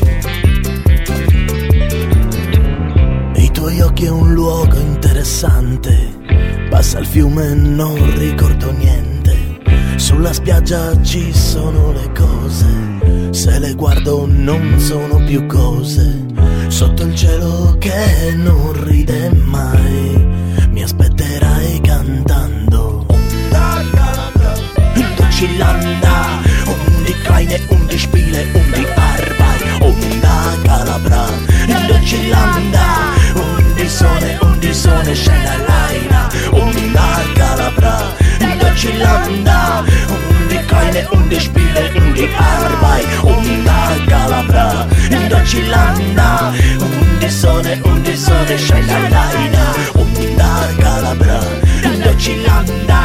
X: I tuoi occhi è un luogo interessante, passa il fiume e non ricordo niente. Sulla spiaggia ci sono le cose, se le guardo non sono più cose. Sotto il cielo che non ride mai, mi aspetterai cantando. Onda Calabra, Indocilanda, undi Keine, undi Spiele, undi Arbeit. Onda Calabra, Indocilanda, undi Sonne, undi Sonne, scheint alleine. Onda Calabra, Indocilanda, undi Keine, undi Spiele, undi Arbeit. Onda Calabra, Indocilanda, undi Sonne, undi Sonne, scheint alleine. Onda Calabra, Indocilanda,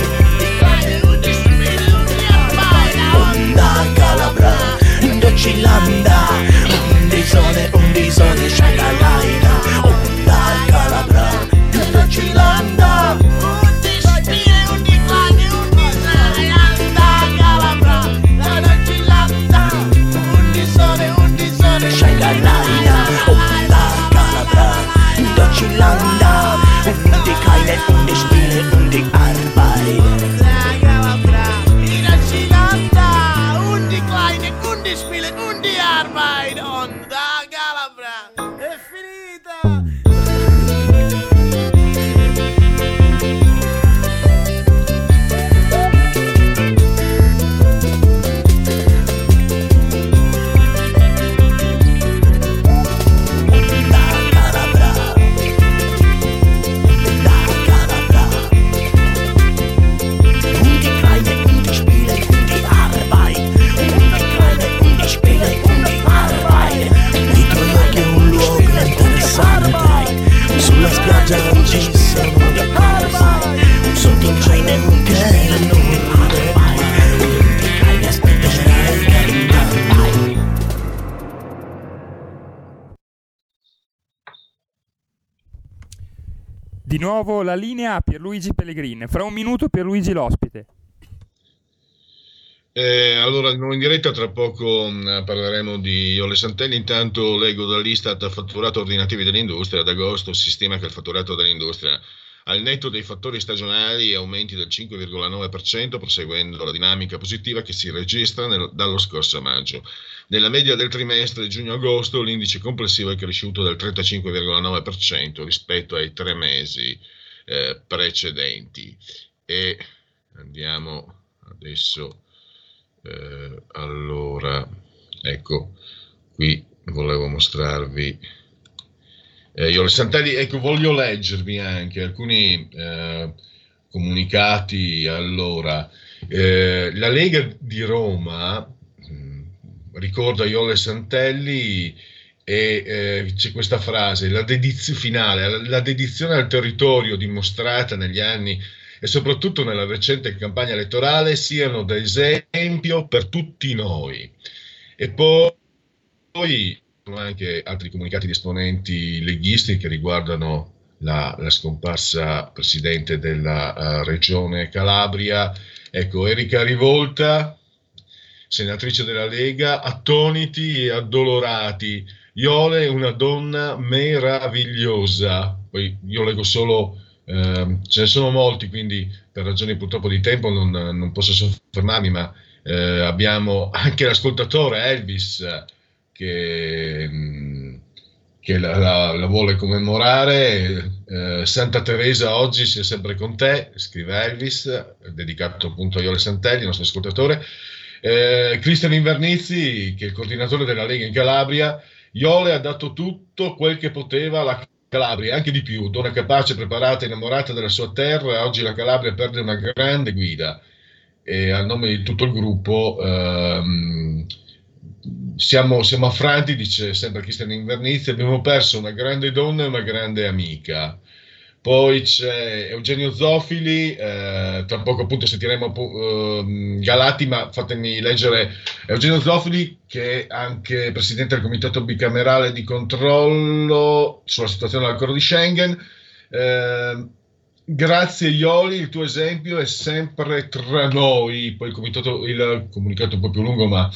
X: Onda Calabra, Indocilanda, undi Sonne, undi Sonne, scheint alleine. Onda Calabra, Indocilanda, undi Spiele, undi Flagge, undi Onda Calabra, Indocilanda, undi Sonne, undi Sonne, scheint alleine. Onda Calabra, Indocilanda, undi Keine, undi Spiele, undi Arbeit.
Y: Undi Spiele, undi Arbeit, Onda Calabra, è finita.
G: Di nuovo la linea a Pierluigi Pellegrin. Fra un minuto Pierluigi l'ospite.
F: Eh, allora, di nuovo in diretta, tra poco mh, parleremo di Jole Santelli. Intanto leggo dall'Istat fatturato ordinativi dell'industria. Ad agosto si stima che il fatturato dell'industria, al netto dei fattori stagionali, aumenti del cinque virgola nove per cento, proseguendo la dinamica positiva che si registra nel, dallo scorso maggio. Nella media del trimestre giugno-agosto l'indice complessivo è cresciuto del trentacinque virgola nove per cento rispetto ai tre mesi eh, precedenti. E andiamo adesso... Eh, allora, ecco, qui volevo mostrarvi eh, Jole Santelli, ecco, voglio leggervi anche alcuni eh, comunicati. Allora, eh, la Lega di Roma mh, ricorda Jole Santelli e eh, c'è questa frase: la dedizione finale, la dedizione al territorio dimostrata negli anni e soprattutto nella recente campagna elettorale siano da esempio per tutti noi. E poi, poi anche altri comunicati di esponenti leghisti che riguardano la, la scomparsa presidente della uh, regione Calabria. Ecco, Erika Rivolta, senatrice della Lega: attoniti e addolorati, Jole è una donna meravigliosa. Poi io leggo solo... Uh, ce ne sono molti, quindi per ragioni purtroppo di tempo non, non posso soffermarmi, ma uh, abbiamo anche l'ascoltatore Elvis che, che la, la, la vuole commemorare. Uh, Santa Teresa oggi sia sempre con te, scrive Elvis, dedicato appunto a Jole Santelli, il nostro ascoltatore. Uh, Cristian Invernizzi, che è il coordinatore della Lega in Calabria: Jole ha dato tutto quel che poteva alla Calabria, anche di più, donna capace, preparata, innamorata della sua terra. Oggi la Calabria perde una grande guida, e a nome di tutto il gruppo ehm, siamo, siamo affranti, dice sempre Cristian Invernizzi, abbiamo perso una grande donna e una grande amica. Poi c'è Eugenio Zofili, eh, tra poco appunto sentiremo eh, Galati, ma fatemi leggere Eugenio Zofili, che è anche presidente del comitato bicamerale di controllo sulla situazione dell'accordo di Schengen. Eh, grazie Ioli, il tuo esempio è sempre tra noi. Poi il, comitato, il comunicato un po' più lungo, ma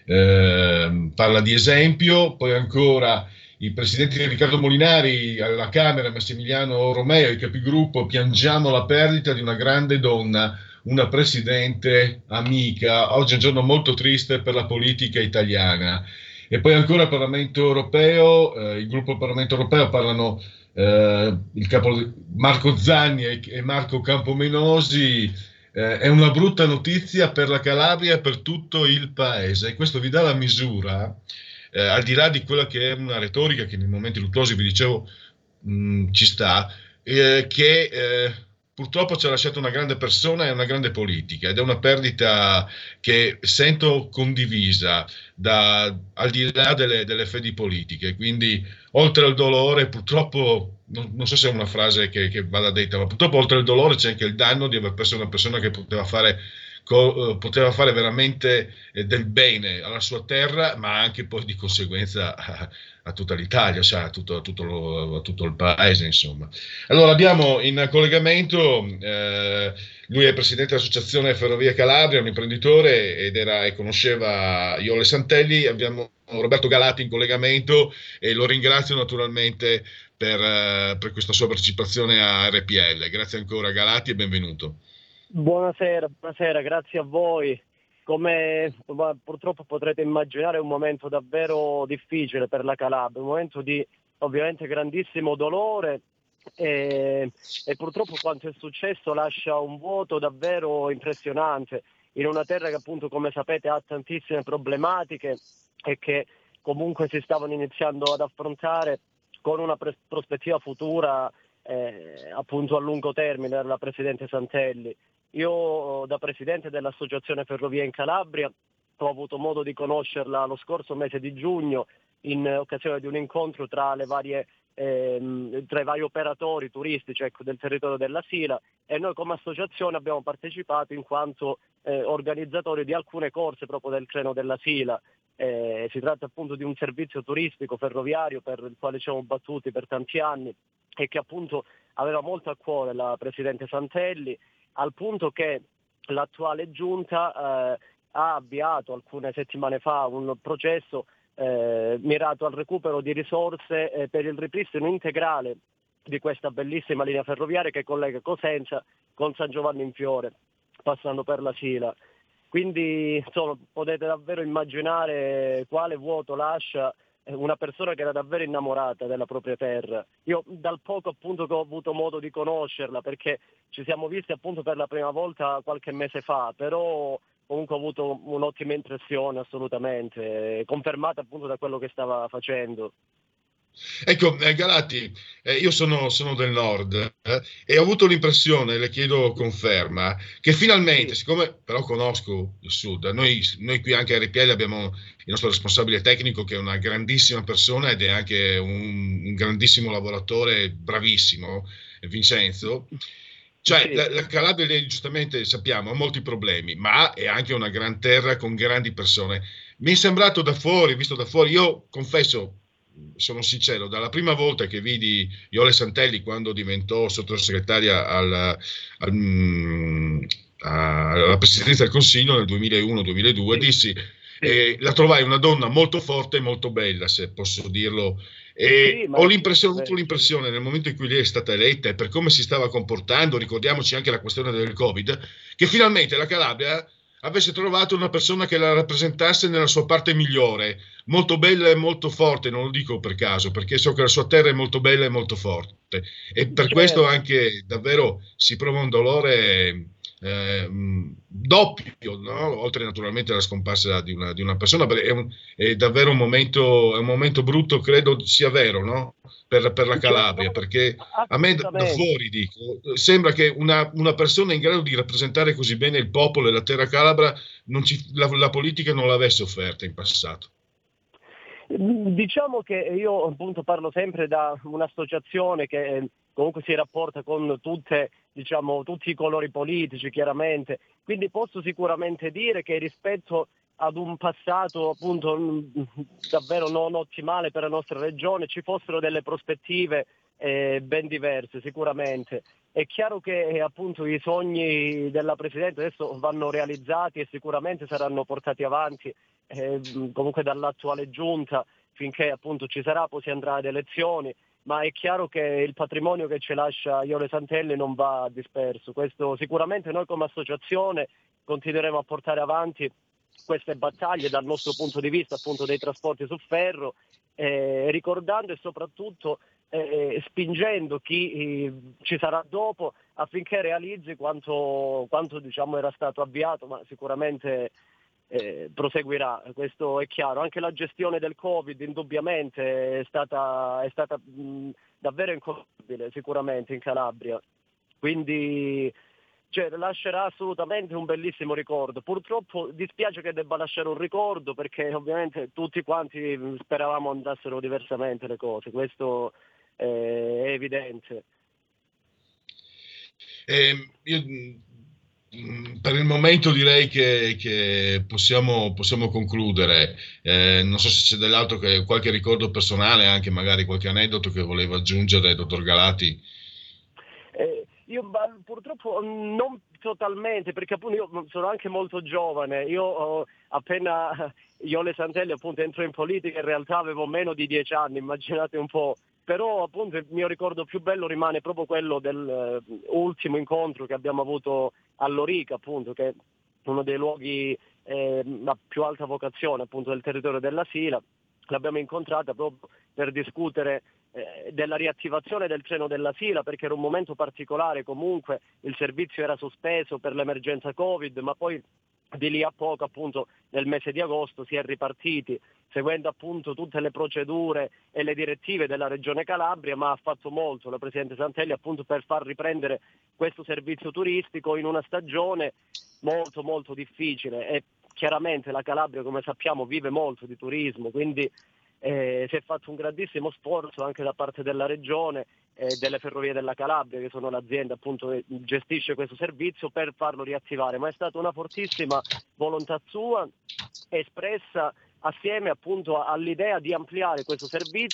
F: eh, parla di esempio. Poi ancora i presidenti Riccardo Molinari alla Camera, Massimiliano Romeo, i capigruppo: piangiamo la perdita di una grande donna, una presidente amica. Oggi è un giorno molto triste per la politica italiana. E poi ancora il Parlamento Europeo, eh, il gruppo del Parlamento Europeo parlano eh, il capo Marco Zanni e, e Marco Campomenosi. Eh, è una brutta notizia per la Calabria e per tutto il paese, e questo vi dà la misura. Eh, al di là di quella che è una retorica che nei momenti luttuosi, vi dicevo, mh, ci sta, eh, che eh, purtroppo ci ha lasciato una grande persona e una grande politica, ed è una perdita che sento condivisa da, al di là delle, delle fedi politiche. Quindi oltre al dolore, purtroppo, non, non so se è una frase che, che vada detta, ma purtroppo oltre al dolore c'è anche il danno di aver perso una persona che poteva fare Co- poteva fare veramente eh, del bene alla sua terra, ma anche poi di conseguenza a, a tutta l'Italia, cioè a tutto, a, tutto lo, a tutto il paese, insomma. Allora abbiamo in collegamento, eh, lui è presidente dell'Associazione Ferrovie Calabria, un imprenditore, ed era e conosceva Jole Santelli. Abbiamo Roberto Galati in collegamento e lo ringrazio naturalmente per, eh, per questa sua partecipazione a R P L. Grazie ancora Galati e benvenuto.
M: Buonasera, buonasera, grazie a voi. Come purtroppo potrete immaginare, è un momento davvero difficile per la Calabria, un momento di ovviamente grandissimo dolore e, e purtroppo quanto è successo lascia un vuoto davvero impressionante in una terra che appunto, come sapete, ha tantissime problematiche e che comunque si stavano iniziando ad affrontare con una pres- prospettiva futura eh, appunto a lungo termine dalla Presidente Santelli. Io, da presidente dell'Associazione Ferrovie in Calabria, ho avuto modo di conoscerla lo scorso mese di giugno in occasione di un incontro tra le varie ehm, tra i vari operatori turistici, ecco, del territorio della Sila, e noi come associazione abbiamo partecipato in quanto eh, organizzatori di alcune corse proprio del treno della Sila. Eh, si tratta appunto di un servizio turistico ferroviario per il quale ci siamo battuti per tanti anni e che appunto aveva molto a cuore la Presidente Santelli, al punto che l'attuale giunta eh, ha avviato alcune settimane fa un processo eh, mirato al recupero di risorse eh, per il ripristino integrale di questa bellissima linea ferroviaria che collega Cosenza con San Giovanni in Fiore, passando per la Sila. Quindi insomma, potete davvero immaginare quale vuoto lascia una persona che era davvero innamorata della propria terra. Io dal poco appunto che ho avuto modo di conoscerla, perché ci siamo visti appunto per la prima volta qualche mese fa, però comunque ho avuto un'ottima impressione assolutamente, confermata appunto da quello che stava facendo.
F: Ecco, eh, Galati, eh, io sono, sono del nord eh, e ho avuto l'impressione, le chiedo conferma, che finalmente, sì. Siccome però conosco il sud, noi, noi qui anche a R P L abbiamo il nostro responsabile tecnico che è una grandissima persona ed è anche un, un grandissimo lavoratore, bravissimo, Vincenzo. Cioè, sì. la, la Calabria, giustamente sappiamo, ha molti problemi, ma è anche una gran terra con grandi persone. Mi è sembrato da fuori, visto da fuori, io confesso, sono sincero, dalla prima volta che vidi Iole Santelli quando diventò sottosegretaria al, al, alla presidenza del Consiglio nel duemilauno duemiladue, sì. dissi eh, la trovai una donna molto forte e molto bella, se posso dirlo, e sì, ho l'impressione, ho avuto l'impressione nel momento in cui lei è stata eletta e per come si stava comportando, ricordiamoci anche la questione del Covid, che finalmente la Calabria avesse trovato una persona che la rappresentasse nella sua parte migliore, molto bella e molto forte, non lo dico per caso, perché so che la sua terra è molto bella e molto forte, e per certo. questo anche davvero si prova un dolore eh, doppio, no? Oltre naturalmente alla scomparsa di una, di una persona, è, un, è davvero un momento, è un momento brutto, credo sia vero, no? Per, per la Calabria, perché a me da, da fuori dico, sembra che una, una persona in grado di rappresentare così bene il popolo e la terra calabra non ci, la, la politica non l'avesse offerta in passato.
M: Diciamo che io appunto parlo sempre da un'associazione che comunque si rapporta con tutte, diciamo, tutti i colori politici chiaramente, quindi posso sicuramente dire che rispetto ad un passato appunto davvero non ottimale per la nostra regione ci fossero delle prospettive eh, ben diverse sicuramente. È chiaro che appunto i sogni della Presidente adesso vanno realizzati e sicuramente saranno portati avanti eh, comunque dall'attuale giunta finché appunto ci sarà, poi si andrà ad elezioni, ma è chiaro che il patrimonio che ci lascia Iole Santelli non va disperso. Questo sicuramente noi come associazione continueremo a portare avanti queste battaglie dal nostro punto di vista appunto dei trasporti su ferro, eh, ricordando e soprattutto eh, spingendo chi eh, ci sarà dopo affinché realizzi quanto, quanto diciamo era stato avviato, ma sicuramente eh, proseguirà, questo è chiaro. Anche la gestione del Covid indubbiamente è stata, è stata mh, davvero incomparabile sicuramente in Calabria, quindi cioè, lascerà assolutamente un bellissimo ricordo. Purtroppo dispiace che debba lasciare un ricordo perché ovviamente tutti quanti speravamo andassero diversamente le cose, questo è evidente.
F: Eh, io, per il momento direi che, che possiamo, possiamo concludere. Eh, non so se c'è dell'altro, che qualche ricordo personale, anche magari qualche aneddoto che voleva aggiungere, dottor Galati.
M: Eh, Io purtroppo non totalmente, perché appunto io sono anche molto giovane. Io ho appena Iole Santelli appunto entrò in politica, in realtà avevo meno di dieci anni, immaginate un po'. Però appunto il mio ricordo più bello rimane proprio quello dell'ultimo uh, incontro che abbiamo avuto a Lorica, appunto, che è uno dei luoghi eh, a più alta vocazione appunto del territorio della Sila. L'abbiamo incontrata proprio per discutere eh, della riattivazione del treno della Sila, perché era un momento particolare, comunque il servizio era sospeso per l'emergenza Covid, ma poi di lì a poco appunto nel mese di agosto si è ripartiti seguendo appunto tutte le procedure e le direttive della Regione Calabria, ma ha fatto molto la Presidente Santelli appunto per far riprendere questo servizio turistico in una stagione molto molto difficile, e chiaramente la Calabria, come sappiamo, vive molto di turismo, quindi eh, si è fatto un grandissimo sforzo anche da parte della Regione e eh, delle Ferrovie della Calabria, che sono l'azienda appunto che gestisce questo servizio, per farlo riattivare, ma è stata una fortissima volontà sua espressa assieme appunto all'idea di ampliare questo servizio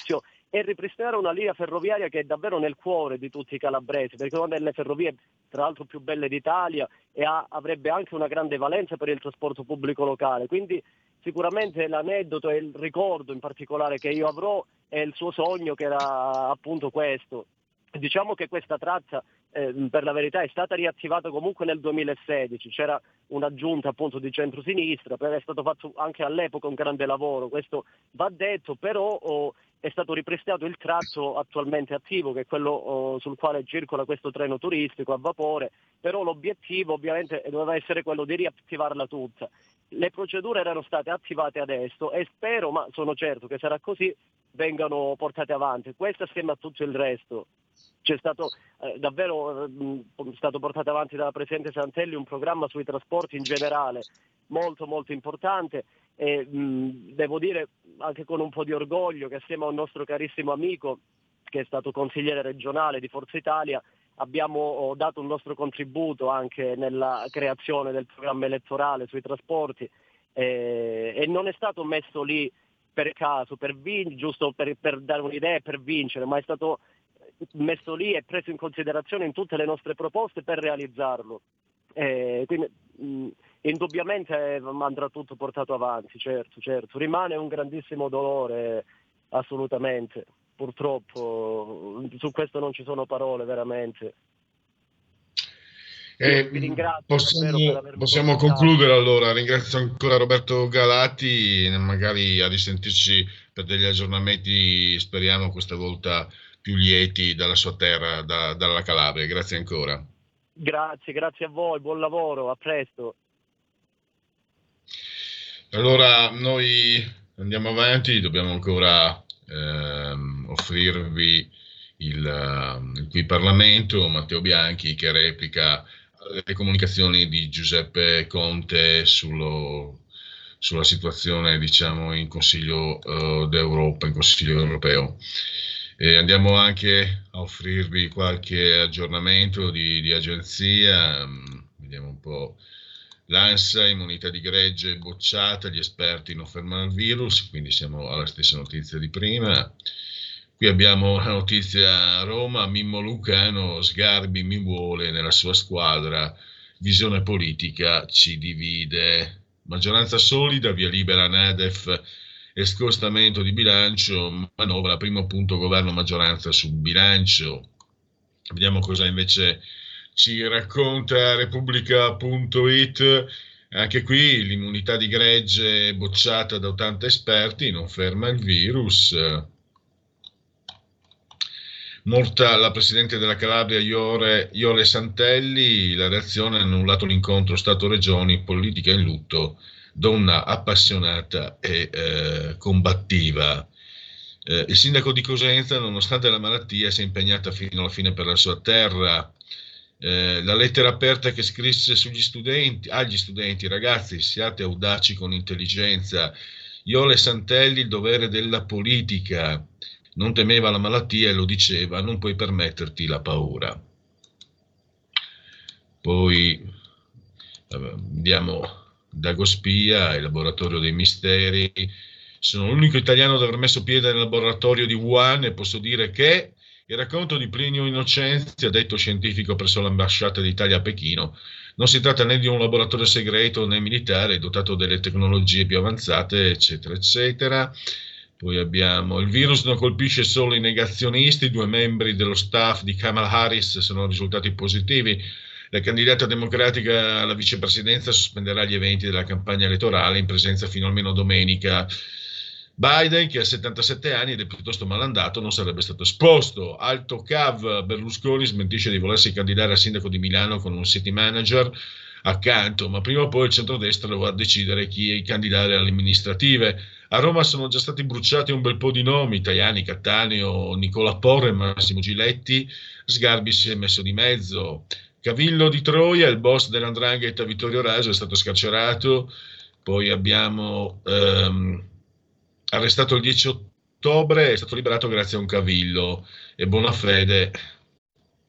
M: e ripristinare una linea ferroviaria che è davvero nel cuore di tutti i calabresi, perché è una delle ferrovie tra l'altro più belle d'Italia e ha, avrebbe anche una grande valenza per il trasporto pubblico locale. Quindi sicuramente l'aneddoto e il ricordo in particolare che io avrò è il suo sogno, che era appunto questo. Diciamo che questa tratta eh, per la verità è stata riattivata comunque nel duemilasedici, c'era una giunta appunto di centrosinistra, però è stato fatto anche all'epoca un grande lavoro, questo va detto, però oh, è stato ripristinato il tratto attualmente attivo, che è quello oh, sul quale circola questo treno turistico a vapore, però l'obiettivo ovviamente doveva essere quello di riattivarla tutta. Le procedure erano state attivate adesso e spero, ma sono certo che sarà così, vengano portate avanti. Questo assieme a tutto il resto. C'è stato eh, davvero eh, stato portato avanti dalla Presidente Santelli un programma sui trasporti in generale molto molto importante e mh, devo dire anche con un po' di orgoglio che assieme a un nostro carissimo amico che è stato consigliere regionale di Forza Italia abbiamo dato un nostro contributo anche nella creazione del programma elettorale sui trasporti eh, e non è stato messo lì per caso, per vin- giusto per, per dare un'idea e per vincere, ma è stato messo lì e preso in considerazione in tutte le nostre proposte per realizzarlo. Eh, quindi mh, indubbiamente andrà tutto portato avanti, certo, certo. Rimane un grandissimo dolore, assolutamente. Purtroppo su questo non ci sono parole, veramente.
F: Eh,
M: Vi ringrazio.
F: Possiamo, possiamo concludere allora. Ringrazio ancora Roberto Galati, magari a risentirci per degli aggiornamenti, speriamo questa volta più lieti dalla sua terra, da, dalla Calabria. Grazie ancora.
M: Grazie, grazie a voi, buon lavoro, a presto.
F: Allora noi andiamo avanti, dobbiamo ancora ehm, offrirvi il, il qui Parlamento, Matteo Bianchi che replica le comunicazioni di Giuseppe Conte sullo, sulla situazione, diciamo, in Consiglio uh, d'Europa, in Consiglio europeo. E andiamo anche a offrirvi qualche aggiornamento di, di agenzia, vediamo un po'. L'ANSA, immunità di gregge bocciata, gli esperti non fermano il virus, quindi siamo alla stessa notizia di prima. Qui abbiamo la notizia a Roma, Mimmo Lucano, Sgarbi mi vuole nella sua squadra, visione politica ci divide. Maggioranza solida, via libera Nadef e scostamento di bilancio, manovra, primo punto governo maggioranza sul bilancio. Vediamo cosa invece ci racconta Repubblica punto it. Anche qui l'immunità di gregge bocciata da ottanta esperti, non ferma il virus. Morta la presidente della Calabria Iore, Iole Santelli, la reazione ha annullato l'incontro Stato-Regioni, politica in lutto, donna appassionata e eh, combattiva. Eh, il sindaco di Cosenza, nonostante la malattia, si è impegnata fino alla fine per la sua terra. Eh, la lettera aperta che scrisse sugli studenti, agli studenti, ragazzi, siate audaci con intelligenza. Iole Santelli, il dovere della politica. Non temeva la malattia e lo diceva, non puoi permetterti la paura. Poi andiamo da Gospia, il laboratorio dei misteri. Sono l'unico italiano ad aver messo piede nel laboratorio di Wuhan e posso dire che il racconto di Plinio Innocenzi, detto scientifico presso l'ambasciata d'Italia a Pechino, non si tratta né di un laboratorio segreto né militare dotato delle tecnologie più avanzate, eccetera, eccetera. Poi abbiamo il virus non colpisce solo i negazionisti, due membri dello staff di Kamala Harris sono risultati positivi. La candidata democratica alla vicepresidenza sospenderà gli eventi della campagna elettorale in presenza fino almeno domenica. Biden, che ha settantasette anni ed è piuttosto malandato, non sarebbe stato esposto. Alto Cav, Berlusconi smentisce di volersi candidare a sindaco di Milano con un city manager accanto, ma prima o poi il centrodestra dovrà decidere chi candidare alle amministrative. A Roma sono già stati bruciati un bel po' di nomi, Tajani, Cattaneo, Nicola Porro e Massimo Giletti. Sgarbi si è messo di mezzo. Cavillo di Troia, il boss dell'Andrangheta Vittorio Raso, è stato scarcerato. Poi abbiamo ehm, arrestato il dieci ottobre, è stato liberato grazie a un cavillo. E Bonafede,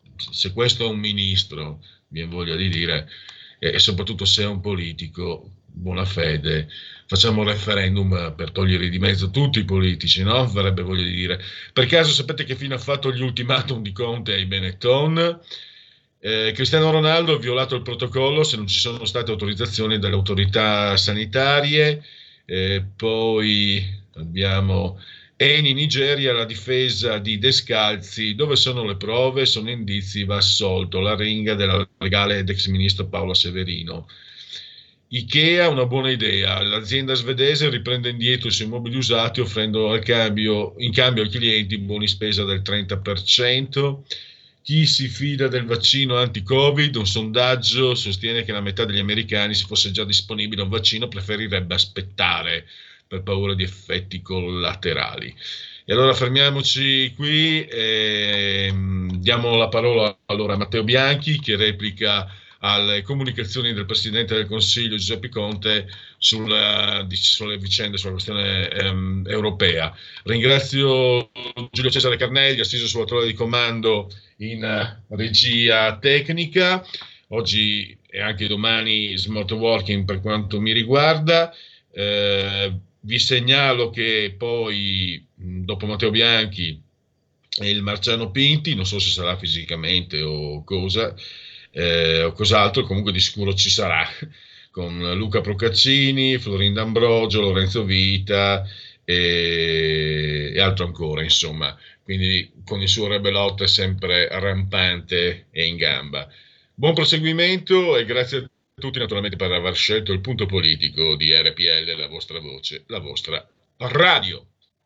F: se questo è un ministro, viene voglia di dire, e soprattutto se è un politico, buona fede, facciamo un referendum per togliere di mezzo tutti i politici, no? Verrebbe voglia di dire. Per caso sapete che fine ha fatto gli ultimatum di Conte ai Benetton? Eh, Cristiano Ronaldo ha violato il protocollo se non ci sono state autorizzazioni dalle autorità sanitarie. Eh, poi abbiamo Eni Nigeria, la difesa di Descalzi, dove sono le prove? Sono indizi, va assolto. La ringa della legale ed ex ministro Paola Severino. Ikea, una buona idea, l'azienda svedese riprende indietro i suoi mobili usati offrendo al cambio, in cambio ai clienti buoni spesa del trenta per cento. Chi si fida del vaccino anti-Covid? Un sondaggio sostiene che la metà degli americani, se fosse già disponibile un vaccino, preferirebbe aspettare per paura di effetti collaterali. E allora fermiamoci qui e diamo la parola allora a Matteo Bianchi, che replica alle comunicazioni del Presidente del Consiglio Giuseppe Conte sulla, sulle vicende, sulla questione ehm, europea. Ringrazio Giulio Cesare Carnelli, assiso sulla torre di comando in uh, regia tecnica. Oggi e anche domani smart working per quanto mi riguarda. Eh, vi segnalo che poi, dopo Matteo Bianchi, e il Marciano Pinti, non so se sarà fisicamente o cosa, Eh, o cos'altro, comunque di sicuro ci sarà, con Luca Procaccini, Florin D'Ambrogio, Lorenzo Vita e, e altro ancora, insomma, quindi con il suo Rebelot sempre rampante e in gamba. Buon proseguimento e grazie a tutti naturalmente per aver scelto il punto politico di R P L, la vostra voce, la vostra radio.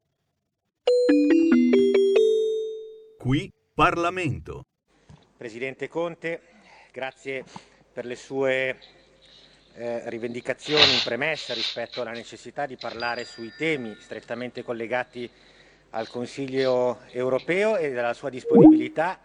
N: Qui Parlamento.
O: Presidente Conte, grazie per le sue eh, rivendicazioni in premessa rispetto alla necessità di parlare sui temi strettamente collegati al Consiglio europeo e della sua disponibilità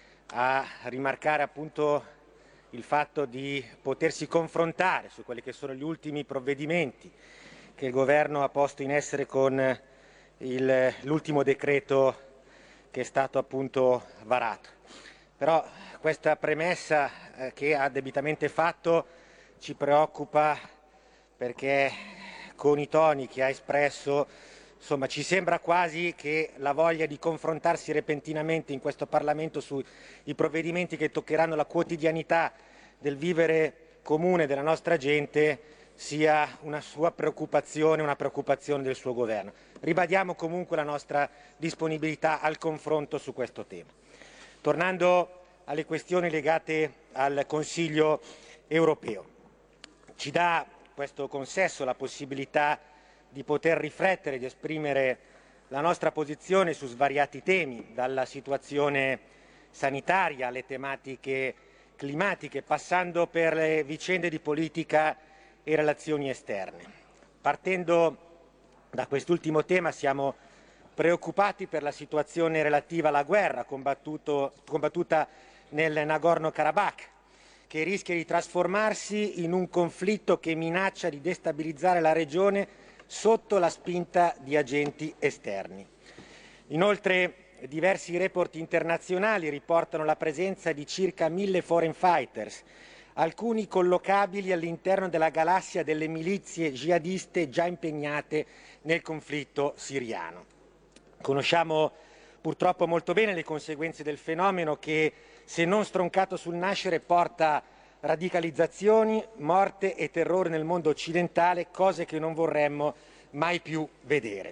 O: a rimarcare appunto il fatto di potersi confrontare su quelli che sono gli ultimi provvedimenti che il Governo ha posto in essere con il, l'ultimo decreto che è stato appunto varato. Però questa premessa eh, che ha debitamente fatto ci preoccupa perché con i toni che ha espresso, insomma, ci sembra quasi che la voglia di confrontarsi repentinamente in questo Parlamento sui provvedimenti che toccheranno la quotidianità del vivere comune della nostra gente sia una sua preoccupazione, una preoccupazione del suo governo. Ribadiamo comunque la nostra disponibilità al confronto su questo tema. Tornando alle questioni legate al Consiglio europeo, ci dà questo consesso la possibilità di poter riflettere, di esprimere la nostra posizione su svariati temi, dalla situazione sanitaria alle tematiche climatiche, passando per le vicende di politica e relazioni esterne. Partendo da quest'ultimo tema, siamo preoccupati per la situazione relativa alla guerra combattuta nel Nagorno-Karabakh, che rischia di trasformarsi in un conflitto che minaccia di destabilizzare la regione sotto la spinta di agenti esterni. Inoltre, diversi report internazionali riportano la presenza di circa mille foreign fighters, alcuni collocabili all'interno della galassia delle milizie jihadiste già impegnate nel conflitto siriano. Conosciamo purtroppo molto bene le conseguenze del fenomeno che, se non stroncato sul nascere, porta radicalizzazioni, morte e terrore nel mondo occidentale, cose che non vorremmo mai più vedere.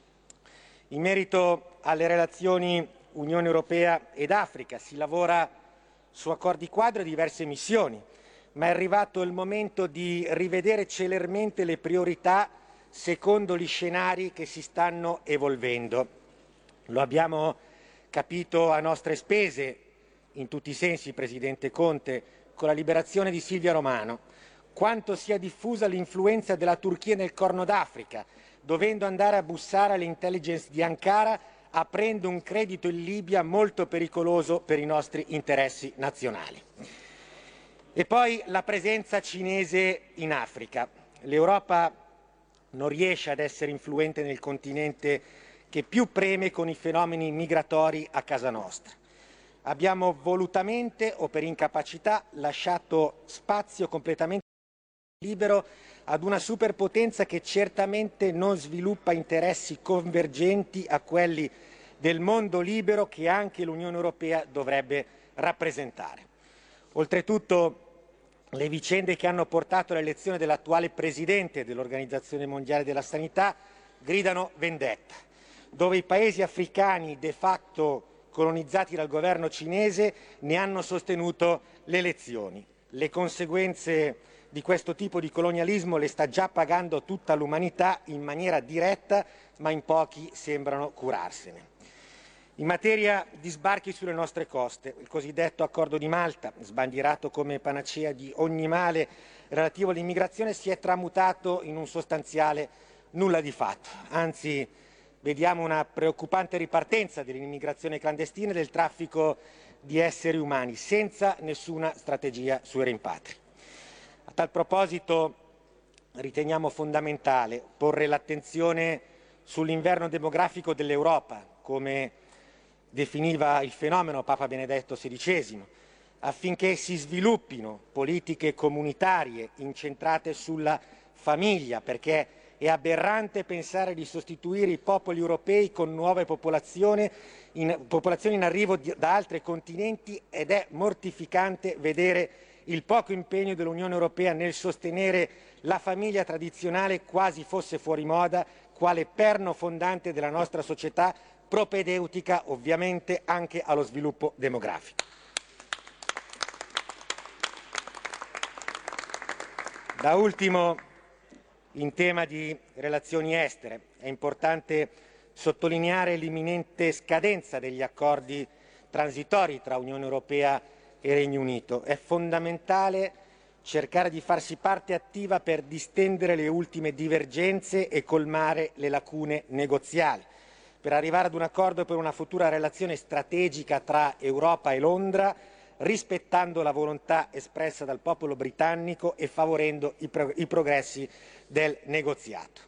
O: In merito alle relazioni Unione Europea ed Africa si lavora su accordi quadro e diverse missioni, ma è arrivato il momento di rivedere celermente le priorità secondo gli scenari che si stanno evolvendo. Lo abbiamo capito a nostre spese, in tutti i sensi, Presidente Conte, con la liberazione di Silvia Romano, quanto sia diffusa l'influenza della Turchia nel Corno d'Africa, dovendo andare a bussare all'intelligence di Ankara, aprendo un credito in Libia molto pericoloso per i nostri interessi nazionali. E poi la presenza cinese in Africa. L'Europa non riesce ad essere influente nel continente che più preme con i fenomeni migratori a casa nostra. Abbiamo volutamente o per incapacità lasciato spazio completamente libero ad una superpotenza che certamente non sviluppa interessi convergenti a quelli del mondo libero che anche l'Unione Europea dovrebbe rappresentare. Oltretutto, le vicende che hanno portato all'elezione dell'attuale presidente dell'Organizzazione Mondiale della Sanità gridano vendetta, dove i paesi africani de facto colonizzati dal governo cinese ne hanno sostenuto le elezioni. Le conseguenze di questo tipo di colonialismo le sta già pagando tutta l'umanità in maniera diretta, ma in pochi sembrano curarsene. In materia di sbarchi sulle nostre coste, il cosiddetto Accordo di Malta, sbandierato come panacea di ogni male relativo all'immigrazione, si è tramutato in un sostanziale nulla di fatto. Anzi, vediamo una preoccupante ripartenza dell'immigrazione clandestina e del traffico di esseri umani, senza nessuna strategia sui rimpatri. A tal proposito riteniamo fondamentale porre l'attenzione sull'inverno demografico dell'Europa, come definiva il fenomeno Papa Benedetto sedicesimo, affinché si sviluppino politiche comunitarie incentrate sulla famiglia, perché è aberrante pensare di sostituire i popoli europei con nuove popolazioni in, popolazioni in arrivo di, da altri continenti, ed è mortificante vedere il poco impegno dell'Unione Europea nel sostenere la famiglia tradizionale quasi fosse fuori moda, quale perno fondante della nostra società, propedeutica ovviamente anche allo sviluppo demografico. Da ultimo, in tema di relazioni estere, è importante sottolineare l'imminente scadenza degli accordi transitori tra Unione Europea e Regno Unito. È fondamentale cercare di farsi parte attiva per distendere le ultime divergenze e colmare le lacune negoziali, per arrivare ad un accordo per una futura relazione strategica tra Europa e Londra, rispettando la volontà espressa dal popolo britannico e favorendo i, pro- i progressi del negoziato.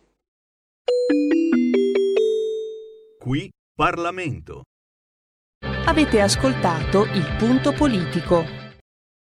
N: Qui Parlamento.
A: Avete ascoltato Il Punto Politico.